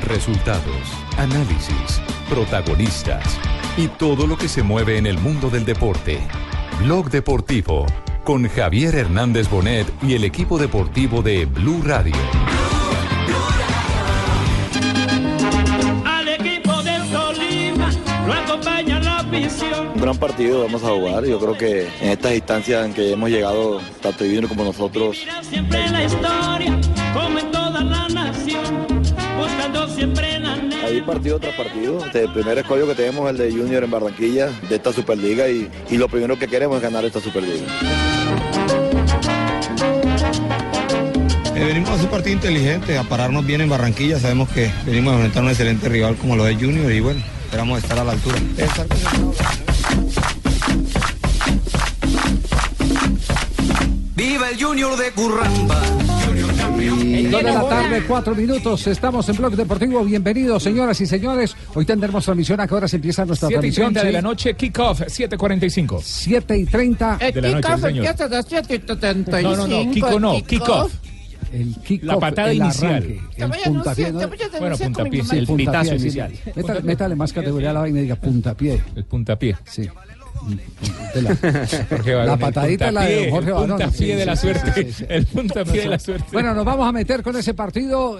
Resultados, análisis, protagonistas y todo lo que se mueve en el mundo del deporte. Blog Deportivo con Javier Hernández Bonet y el equipo deportivo de Blue Radio. Al equipo del Tolima lo acompaña la afición. Un gran partido vamos a jugar. Yo creo que en estas instancias en que hemos llegado, tanto Junior como nosotros. Siempre la historia, como en toda la nación, buscando siempre la neta. Ahí partido tras partido. El primer escollo que tenemos es el de Junior en Barranquilla, de esta Superliga, y lo primero que queremos es ganar esta Superliga. Venimos a hacer un partido inteligente, a pararnos bien en Barranquilla. Sabemos que venimos a enfrentar a un excelente rival como lo es Junior y bueno, esperamos estar a la altura. ¡Viva el Junior de Curramba! 2 de la tarde, 4 minutos. Estamos en Blog Deportivo. Bienvenidos, señoras y señores. Hoy tendremos transmisión. ¿A qué hora se empieza nuestra transmisión? 7:30 de la noche, kickoff, 7:45. 7:30 de la noche, señor. No, kickoff. El kickoff, la patada inicial. El puntapié, ¿no? Bueno, puntapié, sí, el pitazo sí. inicial. Métale más categoría a la vaina y diga puntapié. El puntapié. Sí. La patadita es la de Jorge Barón. El puntapié de la suerte. El puntapié de la suerte. Bueno, nos vamos a meter con ese partido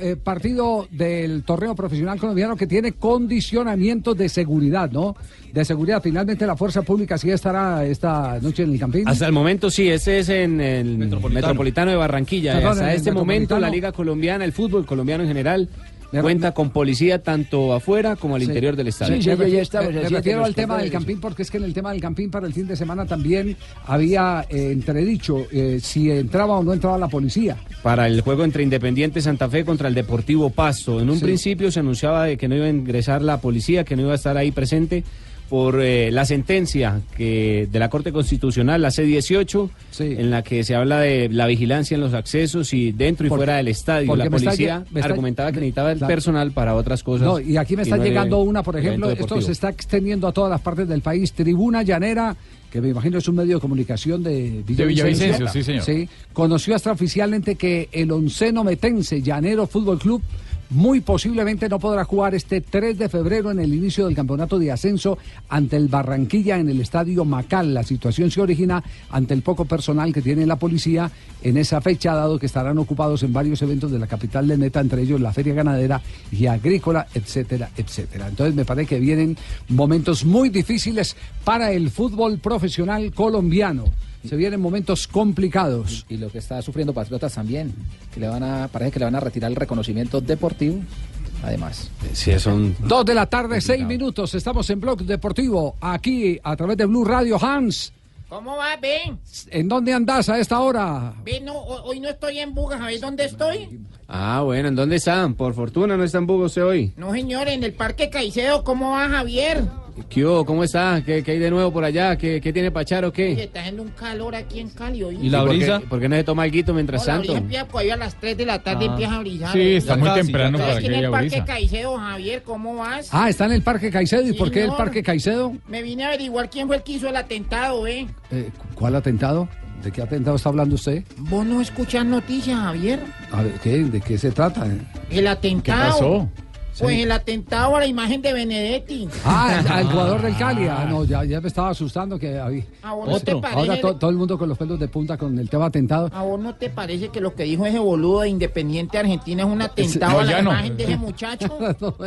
del torneo profesional colombiano que tiene condicionamientos de seguridad, ¿no? De seguridad. Finalmente la fuerza pública sí estará esta noche en el Campín. Hasta el momento sí, ese es en el Metropolitano de Barranquilla. Perdón, hasta este momento la Liga Colombiana, el fútbol colombiano en general, cuenta con policía tanto afuera como al interior del estadio. Me refiero al tema del Campín porque es que en el tema del Campín para el fin de semana también había entredicho si entraba o no entraba la policía. Para el juego entre Independiente Santa Fe contra el Deportivo Pasto. En un principio se anunciaba de que no iba a ingresar la policía, que no iba a estar ahí presente por la sentencia de la Corte Constitucional, la C-18, en la que se habla de la vigilancia en los accesos y dentro y fuera del estadio. La policía argumentaba que necesitaba el personal para otras cosas. No, y aquí me está llegando una, por ejemplo, esto se está extendiendo a todas las partes del país. Tribuna Llanera, que me imagino es un medio de comunicación de Villavicencio, sí, señor. Sí, conoció extraoficialmente que el onceno metense Llanero Fútbol Club muy posiblemente no podrá jugar este 3 de febrero en el inicio del campeonato de ascenso ante el Barranquilla en el estadio Macal. La situación se origina ante el poco personal que tiene la policía en esa fecha, dado que estarán ocupados en varios eventos de la capital de Meta, entre ellos la feria ganadera y agrícola, etcétera, etcétera. Entonces me parece que vienen momentos muy difíciles para el fútbol profesional colombiano. Se vienen momentos complicados. Y lo que está sufriendo Patriotas también, que parece que le van a retirar el reconocimiento deportivo, además. Sí, son 2 de la tarde, 6 minutos, estamos en Blog Deportivo, aquí a través de Blue Radio. Hans, ¿cómo va, Ben? ¿en dónde andás a esta hora? Ben, no, hoy no estoy en Buga, ¿sabéis dónde estoy? Ah, bueno, ¿en dónde están? Por fortuna no está en Buga usted hoy. No, señor, en el Parque Caicedo. ¿Cómo va, Javier? ¿Qué hubo? ¿Cómo está? ¿Qué hay de nuevo por allá? ¿Qué tiene Pachar o qué? Oye, está haciendo un calor aquí en Cali hoy. ¿Y la brisa? ¿Por qué no se toma alguito mientras tanto? La brisa empieza, a las 3 de la tarde empieza a brillar. Sí, está muy temprano para que haya brisa. en el Parque Caicedo, Javier, ¿cómo vas? Ah, está en el Parque Caicedo. ¿Y por qué el Parque Caicedo? Me vine a averiguar quién fue el que hizo el atentado, ¿Cuál atentado? ¿De qué atentado está hablando usted? ¿Vos no escuchás noticias, Javier? A ver, ¿de qué se trata? El atentado. ¿Qué pasó? Pues el atentado a la imagen de Benedetti. Al jugador del Cali. No, ya me estaba asustando que había. ¿A vos no te parece? Ahora todo el mundo con los pelos de punta con el tema atentado. ¿A vos no te parece que lo que dijo ese boludo de Independiente Argentina es un atentado a la imagen de ese muchacho?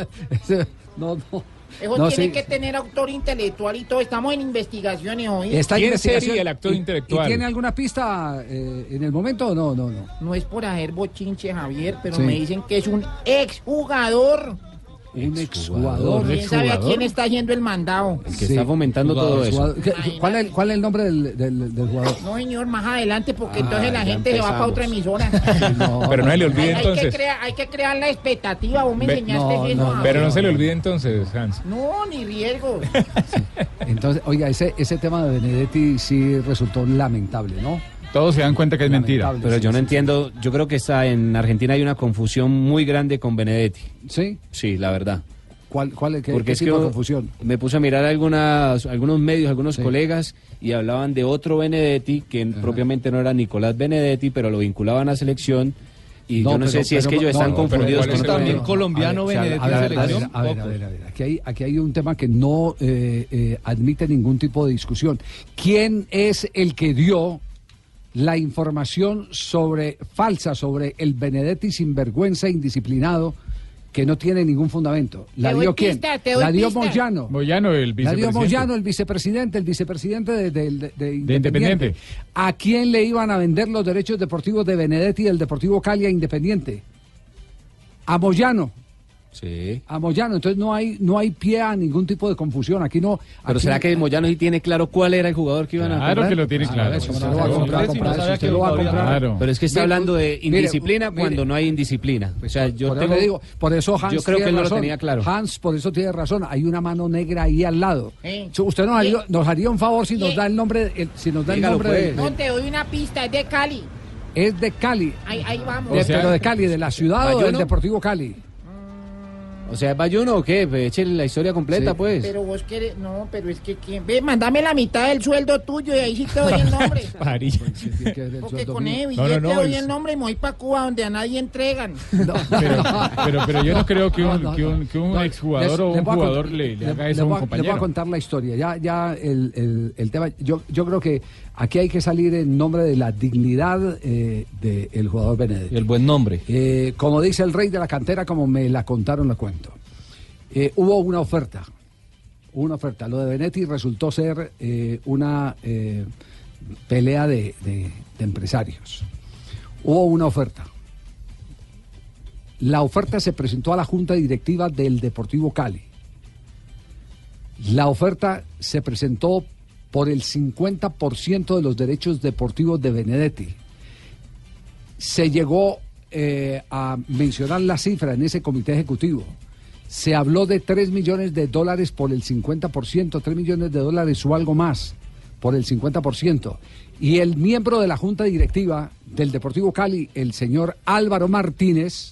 No. Eso tiene que tener autor intelectual y todo. Estamos en investigaciones hoy. ¿Quién sería el actor intelectual? ¿Y tiene alguna pista en el momento o no? No es por hacer bochinche, Javier, pero me dicen que es un exjugador. Un exjugador. ¿Quién sabe a quién está haciendo el mandado? El que está fomentando todo eso. ¿Cuál es el nombre del jugador? No, señor, más adelante, porque entonces la gente se va para otra emisora. Pero no se le olvide entonces. Hay que crear la expectativa. Vos me enseñaste eso. Pero no se le olvide entonces, Hans. No, ni riesgo. Entonces, oiga, ese tema de Benedetti sí resultó lamentable, ¿no? Todos se dan cuenta que es mentira. Pero yo no entiendo, yo creo que en Argentina hay una confusión muy grande con Benedetti. ¿Sí? Sí, la verdad. ¿Cuál Porque qué es tipo que de confusión? Me puse a mirar algunos medios, algunos colegas, y hablaban de otro Benedetti, que propiamente no era Nicolás Benedetti, pero lo vinculaban a selección, Y no, yo no sé si es que ellos están confundidos con también colombiano Benedetti. A ver. Aquí hay un tema que no admite ningún tipo de discusión. ¿Quién es el que dio la información falsa sobre el Benedetti sinvergüenza indisciplinado que no tiene ningún fundamento? ¿La dio quién? La dio Moyano. Moyano, el vicepresidente. La dio Moyano, el vicepresidente de Independiente. ¿A quién le iban a vender los derechos deportivos de Benedetti y del Deportivo Cali a Independiente? A Moyano. Sí. A Moyano, entonces no hay pie a ningún tipo de confusión. Aquí no. Pero ¿será que Moyano sí tiene claro cuál era el jugador que iban a comprar? Claro que lo tiene claro. Usted lo va a comprar. Pero es que está hablando de indisciplina cuando no hay indisciplina. O sea, por eso Hans, yo creo que él no lo tenía claro. Hans, por eso tiene razón. Hay una mano negra ahí al lado. Usted nos haría un favor si nos da el nombre, No, te doy una pista, es de Cali. Es de Cali. Ahí vamos. Pero de Cali, de la ciudad o del Deportivo Cali. O sea, ¿es Bayuno o qué? Eche la historia completa, pues. Pero vos querés... No, pero es que... ¿quién? Ve, mándame la mitad del sueldo tuyo y ahí sí te doy el nombre. Porque con ese billete doy el nombre y me voy para Cuba donde a nadie entregan. Pero yo no creo que un exjugador o un jugador le haga eso a un compañero. Les voy a contar la historia. Ya el tema... Yo creo que aquí hay que salir en nombre de la dignidad del jugador Benedetti. Y el buen nombre. Como dice el rey de la cantera, como me la contaron, la cuento. Hubo una oferta. Lo de Benedetti resultó ser una pelea de empresarios. Hubo una oferta. La oferta se presentó a la junta directiva del Deportivo Cali. La oferta se presentó por el 50% de los derechos deportivos de Benedetti. Se llegó a mencionar la cifra en ese comité ejecutivo. Se habló de $3 millones por el 50%, $3 millones o algo más por el 50%. Y el miembro de la junta directiva del Deportivo Cali, el señor Álvaro Martínez,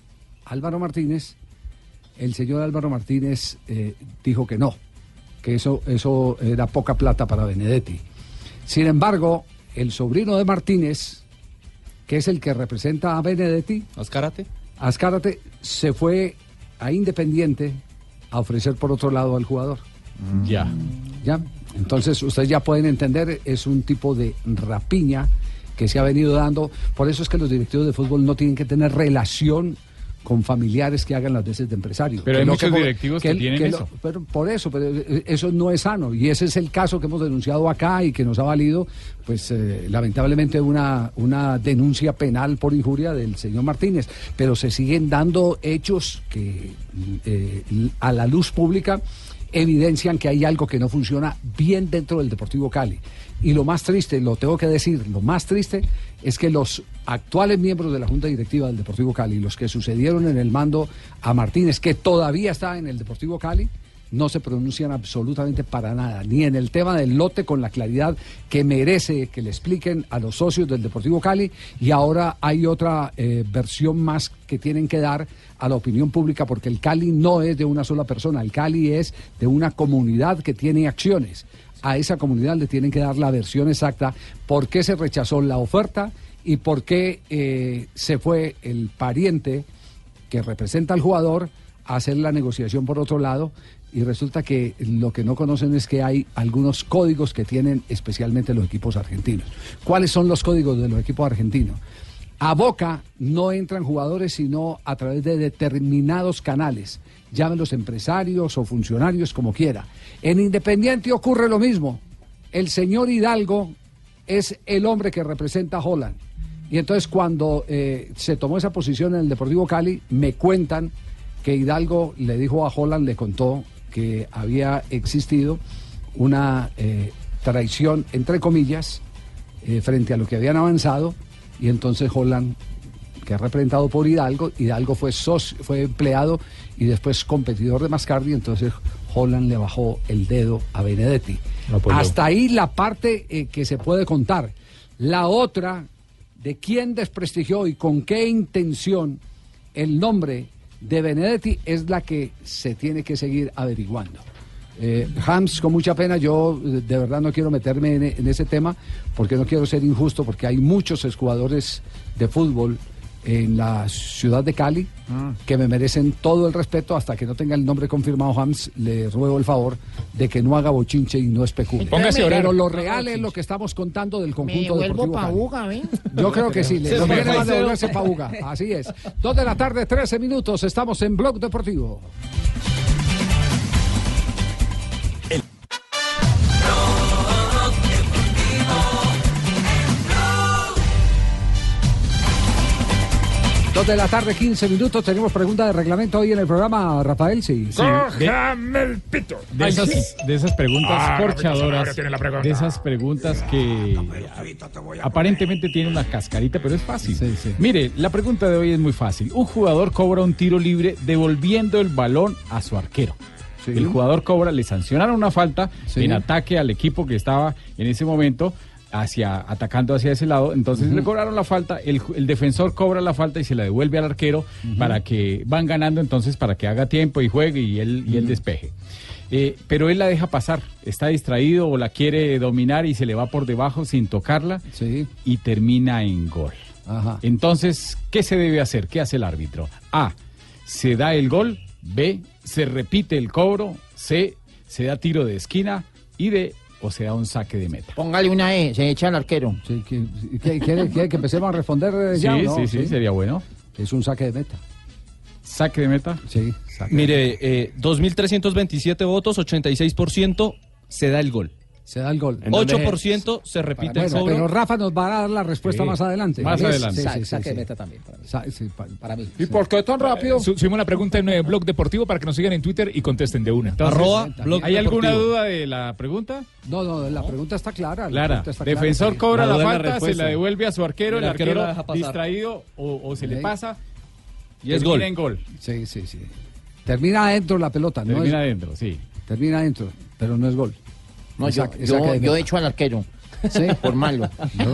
dijo que no, que eso era poca plata para Benedetti. Sin embargo, el sobrino de Martínez, que es el que representa a Benedetti, Azcárate, se fue a Independiente a ofrecer por otro lado al jugador. Ya. Entonces ustedes ya pueden entender, es un tipo de rapiña que se ha venido dando. Por eso es que los directivos de fútbol no tienen que tener relación con familiares que hagan las veces de empresarios. Pero hay muchos directivos que tienen eso. Pero eso no es sano. Y ese es el caso que hemos denunciado acá y que nos ha valido, pues lamentablemente, una denuncia penal por injuria del señor Martínez. Pero se siguen dando hechos que a la luz pública evidencian que hay algo que no funciona bien dentro del Deportivo Cali. Y lo más triste, lo tengo que decir, lo más triste es que los actuales miembros de la Junta Directiva del Deportivo Cali, los que sucedieron en el mando a Martínez, que todavía está en el Deportivo Cali, no se pronuncian absolutamente para nada, ni en el tema del lote con la claridad que merece que le expliquen a los socios del Deportivo Cali, y ahora hay otra versión más que tienen que dar a la opinión pública, porque el Cali no es de una sola persona, el Cali es de una comunidad que tiene acciones. A esa comunidad le tienen que dar la versión exacta por qué se rechazó la oferta y por qué se fue el pariente que representa al jugador a hacer la negociación por otro lado. Y resulta que lo que no conocen es que hay algunos códigos que tienen especialmente los equipos argentinos. ¿Cuáles son los códigos de los equipos argentinos? A Boca no entran jugadores sino a través de determinados canales, llámenlos empresarios o funcionarios, como quiera. En Independiente ocurre lo mismo. El señor Hidalgo es el hombre que representa a Holland. Y entonces cuando se tomó esa posición en el Deportivo Cali, me cuentan que Hidalgo le dijo a Holland, le contó que había existido una traición, entre comillas, frente a lo que habían avanzado, y entonces Holland, que es representado por Hidalgo fue empleado y después competidor de Mascardi, entonces Holland le bajó el dedo a Benedetti. Hasta ahí la parte que se puede contar. La otra, de quién desprestigió y con qué intención el nombre de Benedetti, es la que se tiene que seguir averiguando. Hams, con mucha pena, yo de verdad no quiero meterme en ese tema porque no quiero ser injusto, porque hay muchos exjugadores de fútbol en la ciudad de Cali, que me merecen todo el respeto. Hasta que no tenga el nombre confirmado, James, le ruego el favor de que no haga bochinche y no especule. Pero lo real es lo que estamos contando del conjunto deportivo Cali. Uga, ¿eh? Yo creo que sí, le conviene más devolverse pa' Uga. Así es. 2 de la tarde, 13 minutos, estamos en Blog Deportivo. De la tarde, 15 minutos. Tenemos pregunta de reglamento hoy en el programa, Rafael. Sí. ¡Cójame el pito! De esas preguntas corchadoras, de esas preguntas que aparentemente tienen una cascarita, pero es fácil. Sí. Mire, la pregunta de hoy es muy fácil. Un jugador cobra un tiro libre devolviendo el balón a su arquero. Sí. El jugador cobra, le sancionaron una falta en ataque al equipo que estaba en ese momento atacando hacia ese lado. Entonces le cobraron la falta, el defensor cobra la falta y se la devuelve al arquero para que van ganando, entonces para que haga tiempo y juegue y él despeje. Pero él la deja pasar, está distraído o la quiere dominar y se le va por debajo sin tocarla y termina en gol. Ajá. Entonces, ¿qué se debe hacer? ¿Qué hace el árbitro? A, se da el gol. B, se repite el cobro. C, se da tiro de esquina. Y D, o se da un saque de meta. Póngale una E, se echa al arquero. Sí, ¿quiere que empecemos a responder ya? Sí, sería bueno. Es un saque de meta. ¿Saque de meta? Sí. Mire, 2.327 votos, 86% se da el gol. Se da el gol. 8% se repite el cobro. Pero Rafa nos va a dar la respuesta más adelante. Más adelante. Saque de meta también. Para mí. ¿Y por qué tan rápido? Subimos una pregunta en el Blog Deportivo para que nos sigan en Twitter y contesten de una. Entonces, ¿hay alguna duda de la pregunta? No, la pregunta está clara. Defensor cobra la falta, se la devuelve a su arquero, el arquero distraído o se le pasa y es gol. En gol. Sí. Termina adentro la pelota, ¿no? Termina adentro, sí. Termina adentro, pero no es gol. No, yo echo al arquero. Sí, por malo.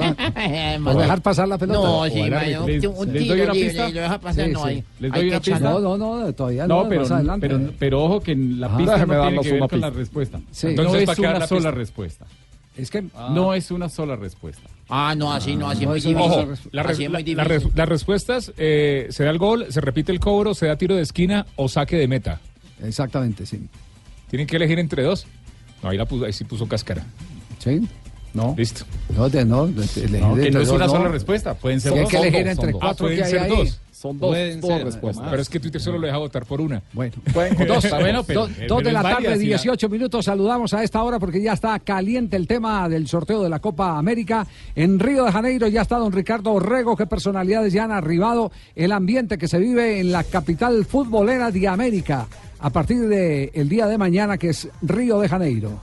¿Por dejar pasar la pelota? No, sí, un tiro libre y lo deja pasar, no hay. ¿Les doy una pista? No, todavía no, pero, más adelante. Pero ojo que la pista no tiene que ver con la respuesta. Sí. Entonces, no es una sola respuesta. Es que no es una sola respuesta. Así es muy difícil. Ojo, las respuestas, se da el gol, se repite el cobro, se da tiro de esquina o saque de meta. Exactamente, sí. Tienen que elegir entre dos. No, ahí sí puso cáscara. ¿Sí? No. Listo. Que no es una sola respuesta. Pueden ser dos. Hay que elegir entre cuatro. Pueden ser dos. Son dos respuestas. Pero es que Twitter solo lo deja votar por una. Bueno, dos de la tarde, 18 minutos. Saludamos a esta hora porque ya está caliente el tema del sorteo de la Copa América. En Río de Janeiro ya está don Ricardo Orrego. ¿Qué personalidades ya han arribado? El ambiente que se vive en la capital futbolera de América a partir del día de mañana, que es Río de Janeiro.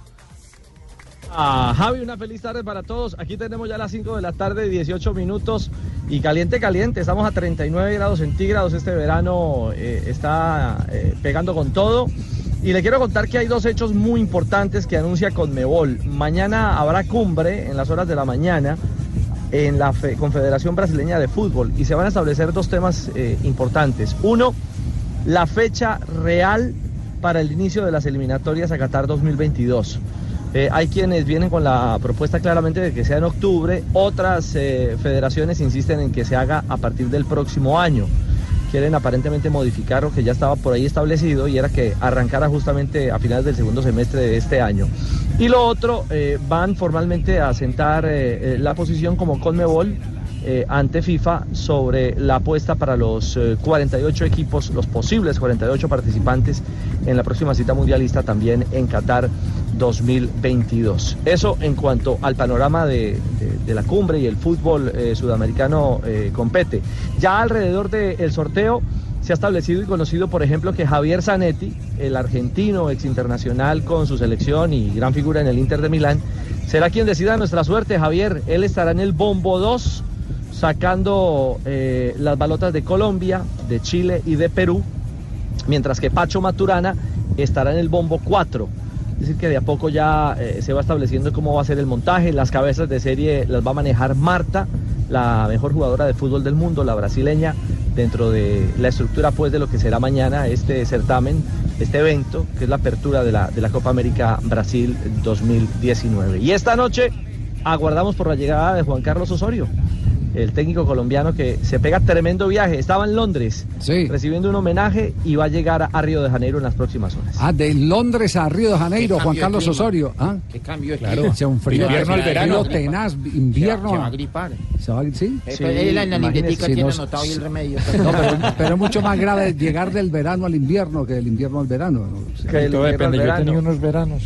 Javi, una feliz tarde para todos. Aquí tenemos ya las 5 de la tarde, 18 minutos y caliente. Estamos a 39 grados centígrados. Este verano está pegando con todo. Y le quiero contar que hay dos hechos muy importantes que anuncia Conmebol. Mañana habrá cumbre en las horas de la mañana en la Confederación Brasileña de Fútbol y se van a establecer dos temas importantes. Uno, la fecha real para el inicio de las eliminatorias a Qatar 2022. Hay quienes vienen con la propuesta claramente de que sea en octubre, otras federaciones insisten en que se haga a partir del próximo año. Quieren aparentemente modificar lo que ya estaba por ahí establecido y era que arrancara justamente a finales del segundo semestre de este año. Y lo otro, van formalmente a sentar la posición como Conmebol ante FIFA sobre la apuesta para los 48 equipos, los posibles 48 participantes en la próxima cita mundialista también en Qatar 2022. Eso en cuanto al panorama de la cumbre y el fútbol sudamericano compete. Ya alrededor del sorteo se ha establecido y conocido, por ejemplo, que Javier Zanetti, el argentino ex internacional con su selección y gran figura en el Inter de Milán, será quien decida nuestra suerte. Javier, él estará en el bombo 2 sacando las balotas de Colombia, de Chile y de Perú, mientras que Pacho Maturana estará en el bombo 4. Es decir, que de a poco ya se va estableciendo cómo va a ser el montaje. Las cabezas de serie las va a manejar Marta, la mejor jugadora de fútbol del mundo, la brasileña, dentro de la estructura pues de lo que será mañana este certamen, este evento, que es la apertura de la Copa América Brasil 2019. Y esta noche aguardamos por la llegada de Juan Carlos Osorio. el técnico colombiano que se pega tremendo viaje. Estaba en Londres recibiendo un homenaje y va a llegar a Río de Janeiro en las próximas horas. De Londres a Río de Janeiro, Juan Carlos Osorio. ¿Qué cambio? Claro, un frío invierno al verano. Tenaz, invierno. Se va a gripar. ¿Sí? Él en la libretica tiene anotado ahí el remedio. No, pero es mucho más grave llegar del verano al invierno que del invierno al verano. Todo depende, yo he tenido unos veranos.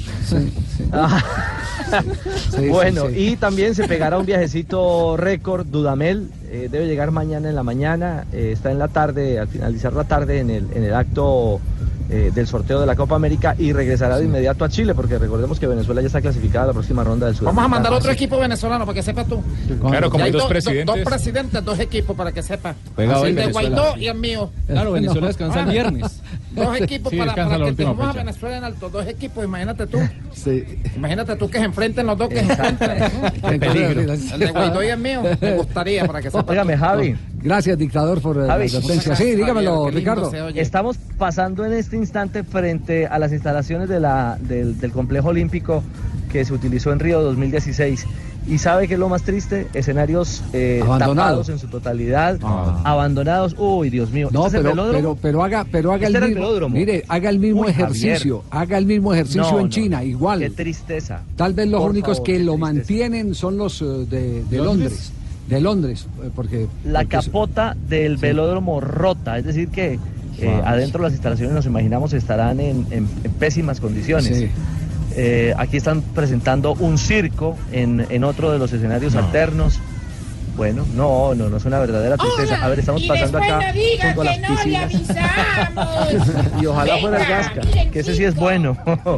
Bueno, y también se pegará un viajecito récord. Dudamel debe llegar mañana en la mañana, está en la tarde, al finalizar la tarde en el acto del sorteo de la Copa América, y regresará de inmediato a Chile, porque recordemos que Venezuela ya está clasificada a la próxima ronda del Sudamericano. Vamos a mandar otro equipo venezolano para que sepas tú. Claro, como hay dos presidentes. Dos presidentes, dos equipos para que sepas. El de Guaidó y el mío. Claro, Venezuela descansa el viernes. Dos equipos para que tengamos a Venezuela en alto. Dos equipos, imagínate tú. Imagínate tú que se enfrenten los dos, que se enfrenten. Qué peligro. El de Guaidó y el mío. Me gustaría para que sepas. Óigame, Javi. Gracias, dictador, por la advertencia. Sí, dígamelo, Ricardo. Estamos pasando en este instante frente a las instalaciones del complejo olímpico que se utilizó en Río 2016. ¿Y sabe qué es lo más triste? Escenarios tapados en su totalidad, abandonados. Uy, Dios mío. No, pero haga el mismo. Mire, haga el mismo ejercicio. Javier. Haga el mismo ejercicio en China, igual. Qué tristeza. Tal vez los únicos que lo mantienen son los de Londres. De Londres, porque la capota del velódromo rota, es decir que adentro de las instalaciones, nos imaginamos, estarán en pésimas condiciones. Aquí están presentando un circo en otro de los escenarios alternos. Bueno, no es una verdadera tristeza. Hola, a ver, estamos pasando acá junto a las piscinas. Y ojalá fuera el Gasca, que ese sí es bueno.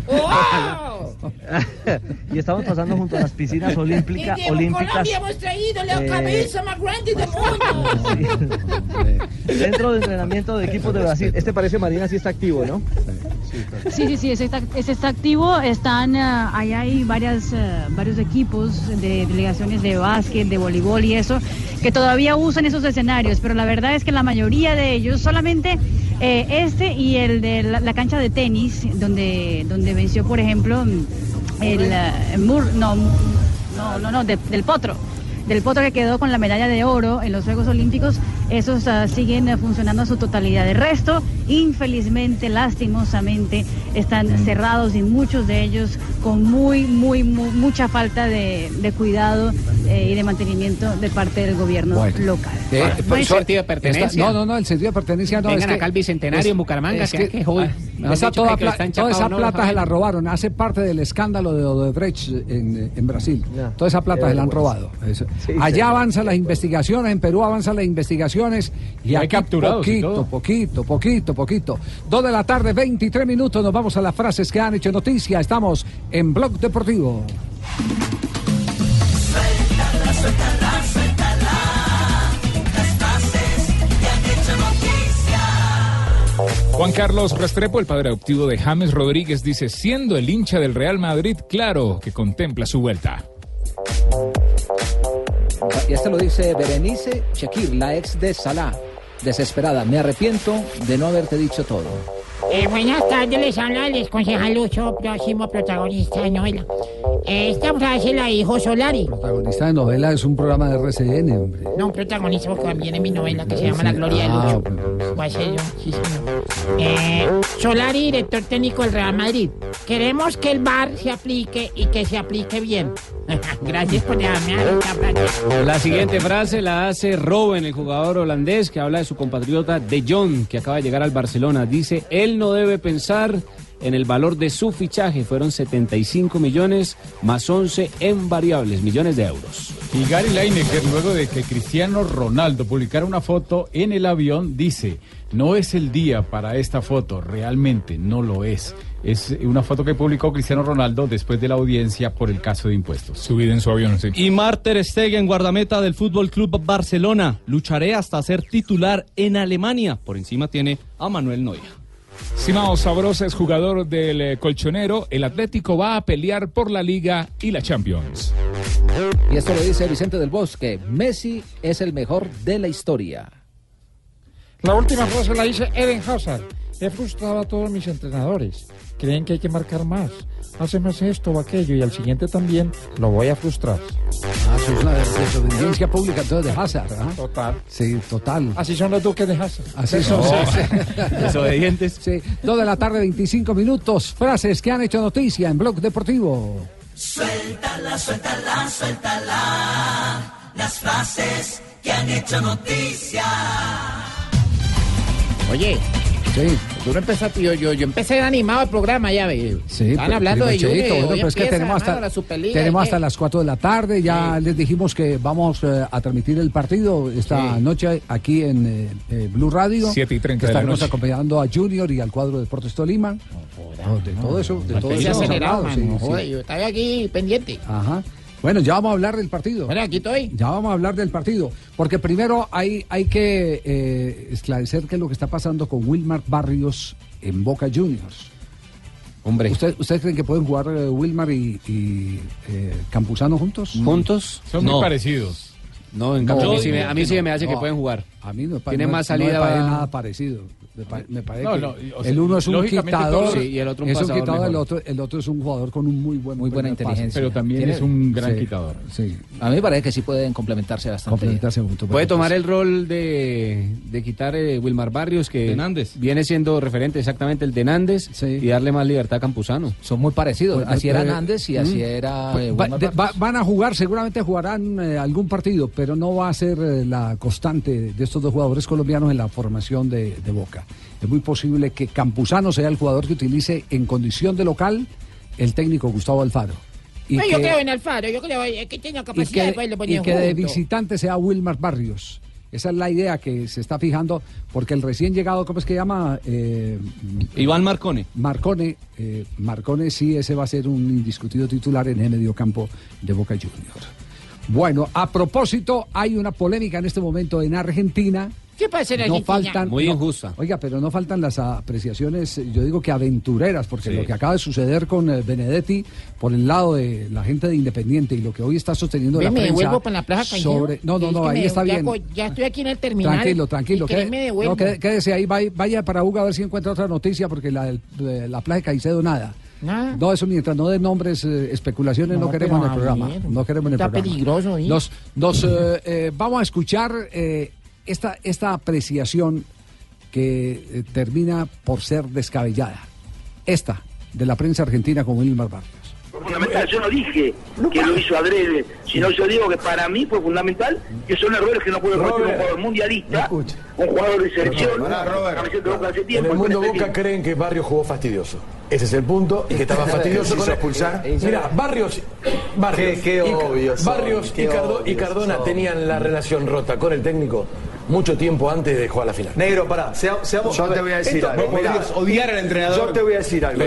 Y estamos pasando junto a las piscinas olímpicas. Colombia hemos traído la cabeza más grande del mundo. Centro de entrenamiento de equipos de Brasil. Este parece, Marina, sí está activo, ¿no? Sí, ese está activo. Están, ahí hay varios equipos de delegaciones de básquet, de voleibol y eso, que todavía usan esos escenarios, pero la verdad es que la mayoría de ellos, solamente este y el de la cancha de tenis, donde venció, por ejemplo, del Potro. Del Potro, que quedó con la medalla de oro en los Juegos Olímpicos, esos siguen funcionando a su totalidad. De resto, infelizmente, lastimosamente, están cerrados, y muchos de ellos con mucha falta de cuidado y de mantenimiento de parte del gobierno local. ¿No hay sentido de pertenencia? No, el sentido de pertenencia no. Vengan acá al Bicentenario en Bucaramanga, toda esa plata se la robaron, hace parte del escándalo de Odebrecht en Brasil. Toda esa plata se la han robado. Allá avanzan las investigaciones, en Perú avanzan las investigaciones, y hay capturados poquito. 2 de la tarde, 23 minutos, nos vamos a las frases que han hecho noticia. Estamos en Blog Deportivo. Suéltala, las frases que han hecho noticia. Juan Carlos Restrepo, el padre adoptivo de James Rodríguez, dice: siendo el hincha del Real Madrid, claro que contempla su vuelta. Y este lo dice Berenice Shekir, la ex de Salah. Desesperada: me arrepiento de no haberte dicho todo. Buenas tardes, les habla el concejal Lucho, próximo protagonista de novela. Esta frase la dijo Solari. Protagonista de novela es un programa de RCN, hombre. No, protagonista, porque también en mi novela que se llama La Gloria de Lucho. Voy a ser yo, sí, señor. Solari, director técnico del Real Madrid. Queremos que el VAR se aplique y que se aplique bien. Gracias por dejarme a esta frase. La siguiente frase la hace Robben, el jugador holandés, que habla de su compatriota De Jong, que acaba de llegar al Barcelona. Dice: él no debe pensar en el valor de su fichaje. Fueron 75 millones más 11 en variables, millones de euros. Y Gary Lineker, luego de que Cristiano Ronaldo publicara una foto en el avión, dice: no es el día para esta foto, realmente no lo es. Es una foto que publicó Cristiano Ronaldo después de la audiencia por el caso de impuestos. Subida en su avión, sí. Y Marc Ter Stegen, guardameta del Fútbol Club Barcelona: lucharé hasta ser titular en Alemania. Por encima tiene a Manuel Neuer. Simao Sabrosa es jugador del Colchonero. El Atlético va a pelear por la Liga y la Champions. Y esto lo dice Vicente del Bosque: Messi es el mejor de la historia. La última frase la dice Eden Hazard: he frustrado a todos mis entrenadores. Creen que hay que marcar más. Hace más esto o aquello, y al siguiente también lo voy a frustrar. eso es una desobediencia pública entonces de Hazard. ¿Ah? Total. Sí, total. Así son los duques de Hazard. Así son. Desobedientes. Sí, 2 de la tarde, 25 minutos. Frases que han hecho noticia en Blog Deportivo. Suéltala, suéltala, suéltala. Las frases que han hecho noticia. Oye. Sí. Tú no empezaste, yo empecé animado el programa, ya ve. Sí, están hablando de Junior. Junior. Bueno, pues que tenemos hasta las 4 de la tarde. Ya les dijimos que vamos a transmitir el partido esta noche aquí en Blue Radio. 7:30 Estaremos acompañando a Junior y al cuadro de Deportes Tolima. De todo eso. De todo eso. Acelerado, yo estaba aquí pendiente. Ajá. Bueno, ya vamos a hablar del partido. Bueno, aquí estoy. Ya vamos a hablar del partido. Porque primero hay que esclarecer qué es lo que está pasando con Wilmar Barrios en Boca Juniors. Hombre. ¿Ustedes creen que pueden jugar Wilmar y Campuzano juntos? ¿Juntos? Son muy parecidos. No, en cambio, a mí sí me hace que pueden jugar. A mí no tiene más salida. No me parece nada parecido. Me parece que el uno es un quitador y el otro un es un pasador quitador, el otro es un jugador con un muy buena inteligencia. Pero también es un gran quitador. Sí. A mí me parece que sí pueden complementarse bastante. Juntos. Puede tomar el rol de quitar Wilmar Barrios, que viene siendo referente exactamente el de Nández, y darle más libertad a Campuzano. Son muy parecidos. Así era Nández y así era van a jugar, seguramente jugarán algún partido, pero no va a ser la constante de estos dos jugadores colombianos en la formación de Boca. Es muy posible que Campuzano sea el jugador que utilice en condición de local el técnico Gustavo Alfaro. Yo creo en Alfaro, yo creo que tiene capacidad de ponerlo y que de visitante sea Wilmar Barrios. Esa es la idea que se está fijando, porque el recién llegado, ¿cómo es que llama? Iván Marcone. Marcone sí, ese va a ser un indiscutido titular en el mediocampo de Boca Juniors. Bueno, a propósito, hay una polémica en este momento en Argentina. ¿Qué pasa en Argentina? Muy injusta. Oiga, pero no faltan las apreciaciones, yo digo que aventureras, porque lo que acaba de suceder con Benedetti por el lado de la gente de Independiente y lo que hoy está sosteniendo la prensa. ¿Me devuelvo para la Plaza Caicedo? No, ahí está bien. Ya estoy aquí en el terminal. Tranquilo. Quédese ahí, vaya para Uga a ver si encuentra otra noticia, porque la Plaza Caicedo nada. No, eso mientras no de nombres, especulaciones no queremos en el programa. No queremos en el programa. Está peligroso, ¿eh? Vamos a escuchar esta apreciación que termina por ser descabellada. Esta, de la prensa argentina con Wilmar Barrios. Fundamental, yo no dije que lo hizo adrede, sino yo digo que para mí fue fundamental, que son errores que no puede cometer un jugador mundialista, un jugador de selección. En el mundo Boca creen que Barrios jugó fastidioso. Ese es el punto, y que estaba fastidioso con expulsar. Mira, Barrios y Cardona tenían la relación rota con el técnico mucho tiempo antes de jugar la final. Negro, pará, seamos... Yo te voy a decir algo. Podrías odiar al entrenador. Yo te voy a decir algo.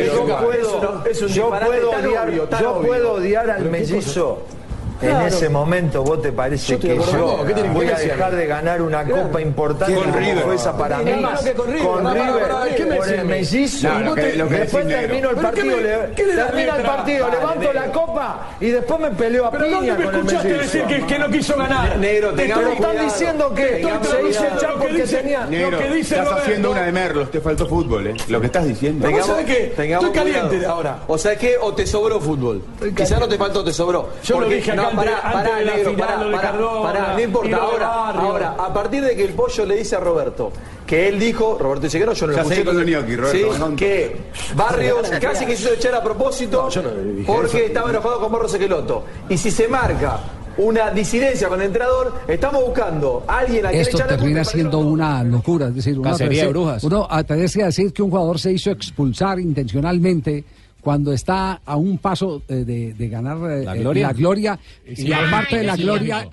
Yo puedo odiar al mellizo. En ese momento, ¿vos te parece que yo voy a dejar de ganar una copa importante como fue esa para mí? Con River, por el mellizo. Después termino el partido, levanto la copa y después me peleo a piña con el mellizo. Pero no me escuchaste decir que no quiso ganar. Negro, te están diciendo que se hizo el champ porque tenía... Estás haciendo una de Merlos, te faltó fútbol, lo que estás diciendo. ¿Sabes qué? Estoy caliente ahora. O sea, ¿qué? O te sobró fútbol. Quizás no te faltó, te sobró. Yo lo dije acá. Pará, negro, no importa. Ahora, a partir de que el Pollo le dice a Roberto que él dijo, Roberto dice que no, yo no lo escuché, que Barrios casi que hizo echar a propósito porque estaba enojado con Barros Esqueloto. Y si se marca una disidencia con el entrenador, estamos buscando a alguien a quien esto termina siendo una locura, es decir, cacería de brujas. Uno atreverse a decir que un jugador se hizo expulsar intencionalmente cuando está a un paso de ganar la gloria y aparte de la gloria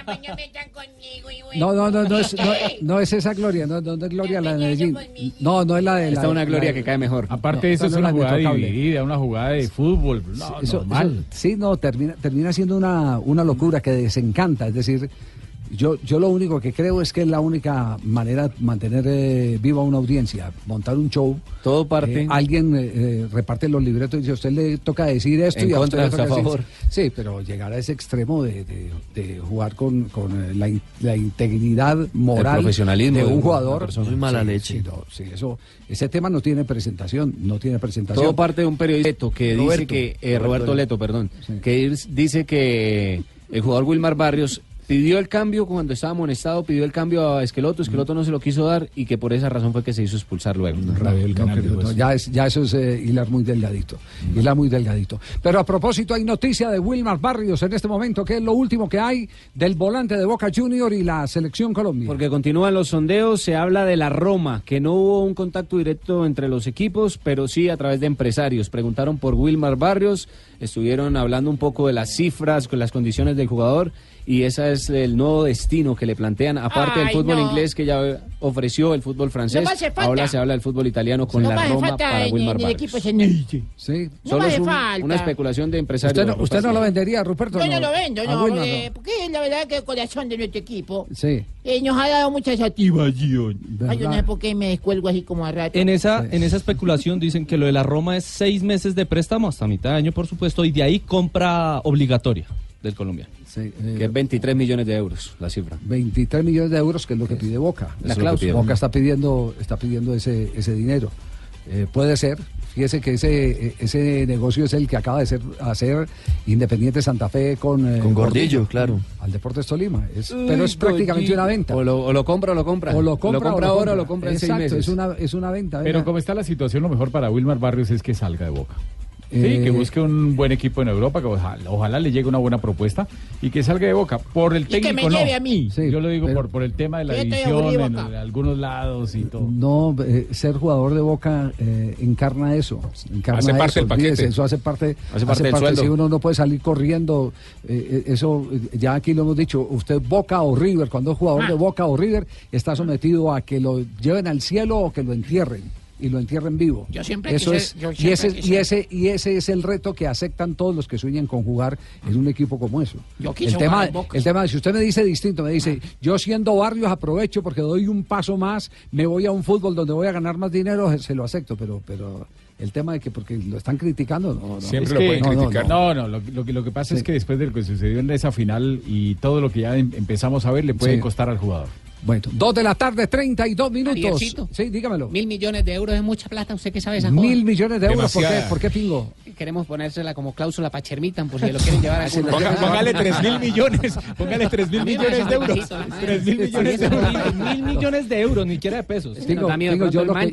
no es esa gloria, no es gloria la de Medellín, no es la de la... Esta es una gloria que cae mejor. Aparte de eso es una jugada dividida, una jugada de fútbol, normal. Termina siendo una locura que desencanta, es decir, yo lo único que creo es que es la única manera de mantener viva una audiencia, montar un show. Todo parte. Alguien reparte los libretos y dice, a usted le toca decir esto y a usted le toca decir eso. Sí, pero llegar a ese extremo de jugar con la integridad moral, el profesionalismo de un jugador. Muy mala leche. Ese tema no tiene presentación. Todo parte de un periodista que dice que... Roberto Leto, que dice que el jugador Wilmar Barrios pidió el cambio cuando estaba amonestado, pidió el cambio a Esqueloto no se lo quiso dar y que por esa razón fue que se hizo expulsar luego. Ya eso es hilar muy delgadito, Pero a propósito, hay noticia de Wilmar Barrios en este momento, que es lo último que hay del volante de Boca Junior y la selección Colombia. Porque continúan los sondeos, se habla de la Roma, que no hubo un contacto directo entre los equipos, pero sí a través de empresarios. Preguntaron por Wilmar Barrios, estuvieron hablando un poco de las cifras, con las condiciones del jugador, y ese es el nuevo destino que le plantean, aparte del fútbol inglés que ya ofreció el fútbol francés, ahora se habla del fútbol italiano con la Roma para Wilmar Barrios. Sí. Solo es una especulación de empresarios. ¿Usted no lo vendería, Ruperto? Yo no lo vendo, porque la verdad que el corazón de nuestro equipo nos ha dado mucha satisfacción. Yo no sé por qué me descuelgo así como a rato. En esa especulación dicen que lo de la Roma es 6 meses de préstamo hasta mitad de año, por supuesto, y de ahí compra obligatoria del colombiano. Que es 23 millones de euros la cifra. 23 millones de euros, que es lo que pide Boca. La cláusula. Boca está pidiendo ese dinero. Puede ser. Fíjese que ese negocio es el que acaba de hacer Independiente Santa Fe con Gordillo, claro. Al Deportes Tolima. Pero es prácticamente una venta. O lo compra o lo compra. O lo compra ahora o lo compra en 6 meses. Es una venta. Pero como está la situación, lo mejor para Wilmar Barrios es que salga de Boca. Sí, que busque un buen equipo en Europa, que ojalá le llegue una buena propuesta y que salga de Boca. Por el técnico, que me lleve a mí. Sí, yo lo digo por el tema de la división en algunos lados y todo. No, ser jugador de Boca encarna eso. Hace parte del paquete. Eso hace parte del sueldo. Si uno no puede salir corriendo, eso ya aquí lo hemos dicho. Usted Boca o River, cuando es jugador de Boca o River, está sometido a que lo lleven al cielo o que lo entierren. Y lo entierren vivo. Yo siempre Eso es, y ese es el reto que aceptan todos los que sueñan con jugar en un equipo como eso. El tema, si usted me dice distinto, me dice, yo siendo Barrios aprovecho porque doy un paso más, me voy a un fútbol donde voy a ganar más dinero, se lo acepto, pero el tema de que porque lo están criticando, no. Siempre lo pueden criticar. Lo que pasa es que después de lo que sucedió en esa final y todo lo que ya empezamos a ver, le puede costar al jugador. Bueno, 2:32 PM. Javiercito. Sí, dígamelo. 1.000 millones de euros es mucha plata. ¿Usted qué sabe esa joda? 1.000 millones de euros. ¿Por qué, Pingo? Queremos ponérsela como cláusula para Chermitan, por si lo quieren llevar a Póngale 3.000 millones. Póngale 3.000 millones de euros. 3.000 millones de euros. 1.000 millones de euros, ni siquiera de pesos. Pingo, yo lo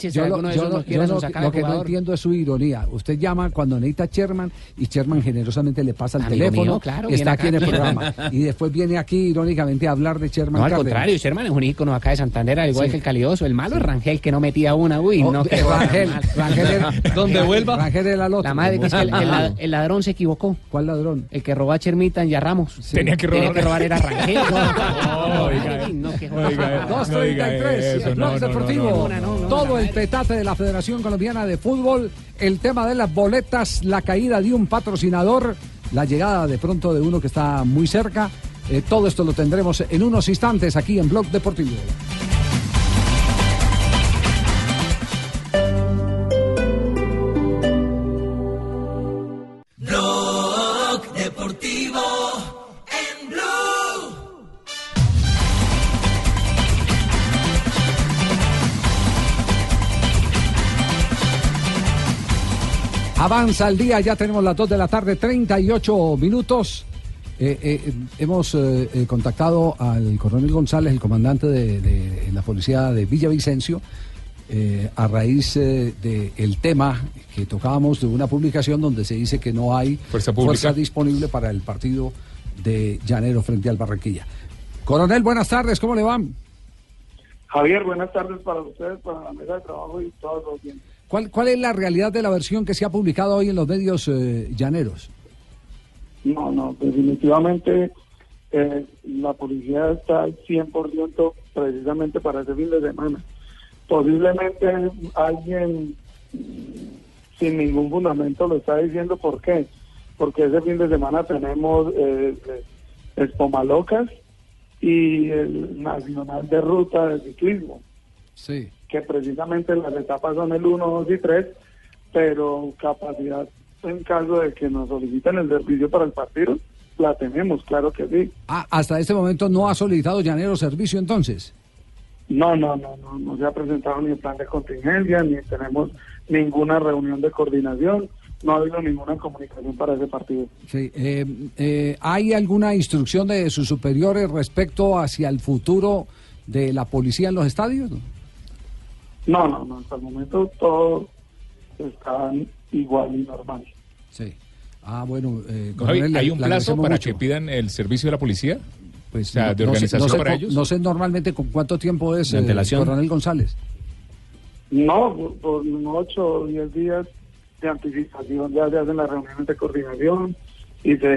que no entiendo es su ironía. Usted llama cuando necesita a Sherman y Sherman generosamente le pasa el teléfono. Está aquí en el programa. Y después viene aquí irónicamente a hablar de Sherman. No, al contrario, Sherman es un ícono acá de Santander, al igual que el calidoso. El malo es Rangel, que no metía una. Uy, no, que Rangel donde vuelva. Rangel era la madre que es que el ladrón se equivocó. ¿Cuál ladrón? El que robó a Chermitan y a Ramos. Tenía que robar era Rangel. 2:33, el Blog Deportivo. Todo el petate de la Federación Colombiana de Fútbol, el tema de las boletas, la caída de un patrocinador, la llegada de pronto de uno que está muy cerca. Todo esto lo tendremos en unos instantes aquí en Blog Deportivo. Blog Deportivo en Blue. Avanza el día, ya tenemos las 2:38 PM. Hemos contactado al coronel González, el comandante de la policía de Villavicencio, a raíz del tema que tocábamos de una publicación donde se dice que no hay fuerza disponible para el partido de Llanero frente al Barranquilla. Coronel, buenas tardes, ¿cómo le van? Javier, buenas tardes para ustedes, para la mesa de trabajo y todos los oyentes. ¿Cuál es la realidad de la versión que se ha publicado hoy en los medios llaneros? No, definitivamente la policía está al 100% precisamente para ese fin de semana. Posiblemente alguien sin ningún fundamento lo está diciendo. ¿Por qué? Porque ese fin de semana tenemos Espomalocas y el Nacional de Ruta de Ciclismo. Sí. Que precisamente las etapas son el 1, 2 y 3, pero capacidad en caso de que nos soliciten el servicio para el partido, la tenemos, claro que sí. ¿Hasta este momento no ha solicitado Llanero servicio entonces? No se ha presentado ni el plan de contingencia, ni tenemos ninguna reunión de coordinación. no ha habido ninguna comunicación para ese partido. Sí, ¿hay alguna instrucción de sus superiores respecto hacia el futuro de la policía en los estadios? No, hasta el momento todos están igual y normal. Sí. Bueno, ¿hay un plazo para que pidan el servicio de la policía? Pues o sea, de organización para ellos. No sé normalmente con cuánto tiempo es Coronel González. No, por 8 o 10 días de anticipación ya se hacen las reuniones de coordinación y se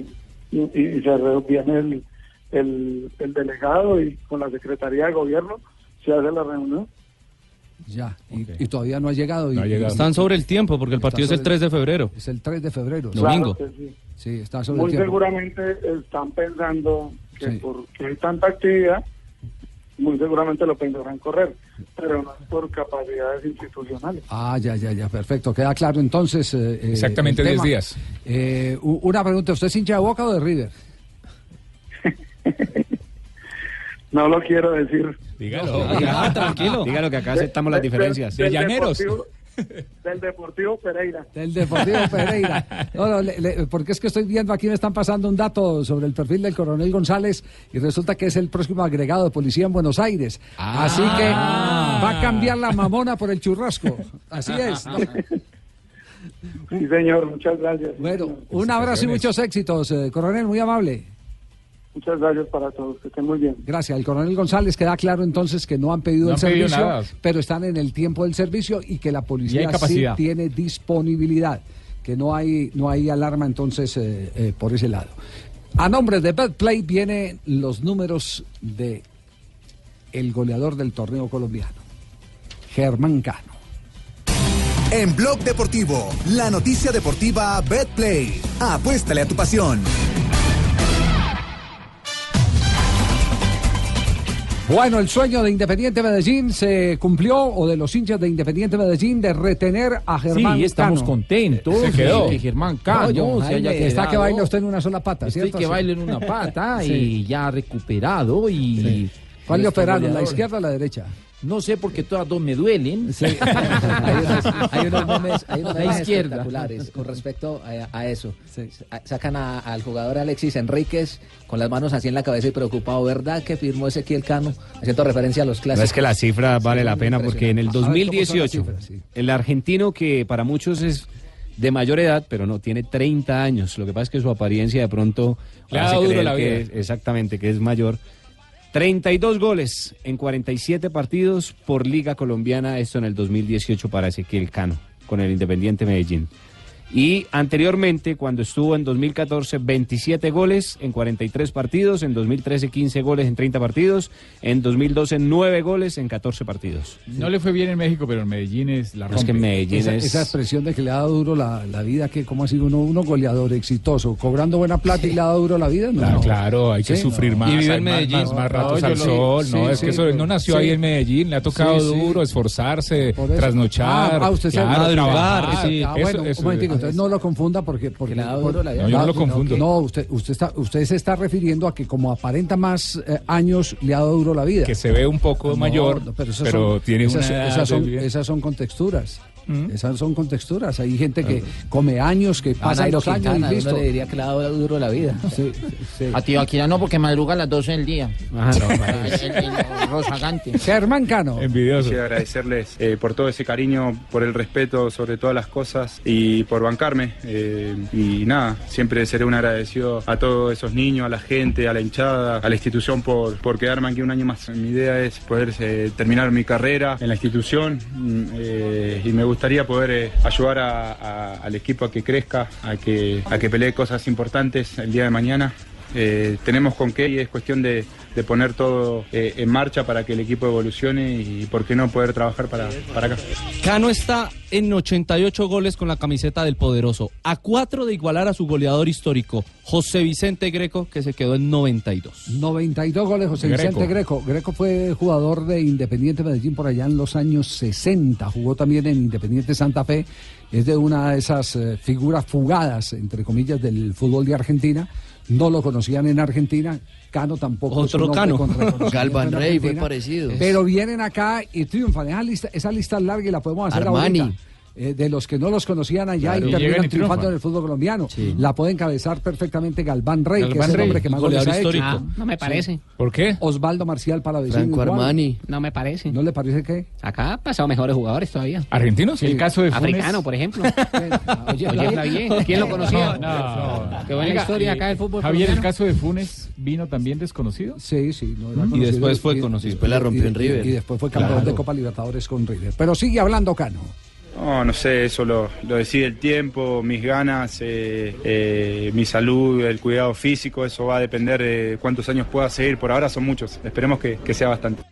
viene el delegado y con la Secretaría de Gobierno se hace la reunión. Ya, y todavía no ha llegado. Están sobre el tiempo porque el partido es el 3 de febrero. Es el 3 de febrero. Domingo. Claro que sí. Sí, está sobre Muy el tiempo. seguramente están pensando que porque hay tanta actividad, muy seguramente lo pensarán correr, pero no es por capacidades institucionales. Ya, perfecto. Queda claro entonces. Exactamente 10 días. Una pregunta, ¿usted es hincha de Boca o de River? No lo quiero decir. Dígalo. Tranquilo. Dígalo que acá aceptamos las diferencias. De llaneros. Del Deportivo Pereira. Del Deportivo Pereira. Porque es que estoy viendo aquí, me están pasando un dato sobre el perfil del Coronel González y resulta que es el próximo agregado de policía en Buenos Aires. Así que va a cambiar la mamona por el churrasco. Así es, ¿no? Sí, señor, muchas gracias. Bueno, un abrazo y muchos éxitos, coronel, muy amable. Muchas gracias para todos, que estén muy bien. Gracias. El coronel González queda claro entonces que no han pedido el servicio, pero están en el tiempo del servicio y que la policía sí tiene disponibilidad, que no hay alarma entonces por ese lado. A nombre de Betplay vienen los números de el goleador del torneo colombiano, Germán Cano. En Blog Deportivo, la noticia deportiva Betplay. Apuéstale a tu pasión. Bueno, el sueño de Independiente Medellín se cumplió, o de los hinchas de Independiente Medellín, de retener a Germán Cano. Sí, estamos contentos. Se quedó. Que Germán Cano está que baila usted en una sola pata, ¿cierto? Estoy que baila en una pata y ya recuperado y... Sí. ¿Cuál le operaron, la izquierda o la derecha? No sé, porque todas dos me duelen. Sí. hay unos memes espectaculares con respecto a eso. Sí. Sacan al jugador Alexis Enríquez con las manos así en la cabeza y preocupado. ¿Verdad que firmó Ezequiel Cano? Haciendo referencia a los clásicos. No, es que la cifra vale la pena porque en el 2018, el argentino, que para muchos es de mayor edad, pero no, tiene 30 años. Lo que pasa es que su apariencia de pronto hace creer que exactamente, que es mayor. 32 goles en 47 partidos por Liga Colombiana, esto en el 2018 para Ezequiel Cano, con el Independiente Medellín. Y anteriormente, cuando estuvo en 2014, 27 goles en 43 partidos, en 2013 15 goles en 30 partidos, en 2012 9 goles en 14 partidos. No le fue bien en México, pero en Medellín es la rompe. Es que en Medellín esa expresión de que le ha dado duro la vida, que ¿cómo ha sido uno goleador exitoso, cobrando buena plata y le ha dado duro la vida? No. Claro, hay que sufrir más. Y vive en Medellín. Más ratos al sol. Es que eso no nació ahí en Medellín, le ha tocado duro, esforzarse, trasnochar, madrugar. Bueno, un momentico. Entonces no lo confunda porque no, yo no lo confundo. No, usted se está refiriendo a que como aparenta más años le ha dado duro la vida. Que se ve un poco mayor, pero tiene esas son contexturas. Esas son contexturas. Hay gente que come años, que pasa los años y listo. Uno le diría que le ha dado duro la vida. Sí. A tío Aquila no, porque madruga a las 12 del día. El rozagante. Germán Cano. Envidioso. Quiero agradecerles por todo ese cariño, por el respeto sobre todas las cosas y por bancarme. Y nada, siempre seré un agradecido a todos esos niños, a la gente, a la hinchada, a la institución por quedarme aquí un año más. Mi idea es poder terminar mi carrera en la institución y me gustaría poder ayudar al equipo a que crezca, a que pelee cosas importantes el día de mañana. Tenemos con qué y es cuestión de poner todo en marcha para que el equipo evolucione y por qué no poder trabajar para acá. Cano está en 88 goles con la camiseta del Poderoso, a 4 de igualar a su goleador histórico, José Vicente Greco, que se quedó en 92. 92 goles José Vicente Greco. Greco fue jugador de Independiente Medellín por allá en los años 60, jugó también en Independiente Santa Fe, es de una de esas figuras fugadas, entre comillas, del fútbol de Argentina. No lo conocían en Argentina, Cano tampoco. Otro Cano. Galván Rey fue parecido. Pero vienen acá y triunfan. Esa lista es larga y la podemos hacer Armani. Ahorita. de los que no los conocían allá y terminan triunfando en el fútbol colombiano. Sí. La puede encabezar perfectamente Galván Rey, que es el hombre que más goles ha hecho. No me parece. Sí. ¿Por qué? Osvaldo Marcial Palavecino. Franco Armani. No me parece. ¿No le parece qué? Acá han pasado mejores jugadores todavía. ¿Argentinos? Sí. El caso de Funes. Africano, por ejemplo. Oye, está bien. ¿Quién lo conocía? No. Qué buena historia acá del fútbol Javier, colombiano. ¿el caso de Funes vino también desconocido? Sí. Y después fue conocido. Después la rompió en River. Y después fue campeón de Copa Libertadores con River. Pero sigue hablando Cano. No sé, eso lo decide el tiempo, mis ganas, mi salud, el cuidado físico, eso va a depender de cuántos años pueda seguir. Por ahora son muchos, esperemos que sea bastante.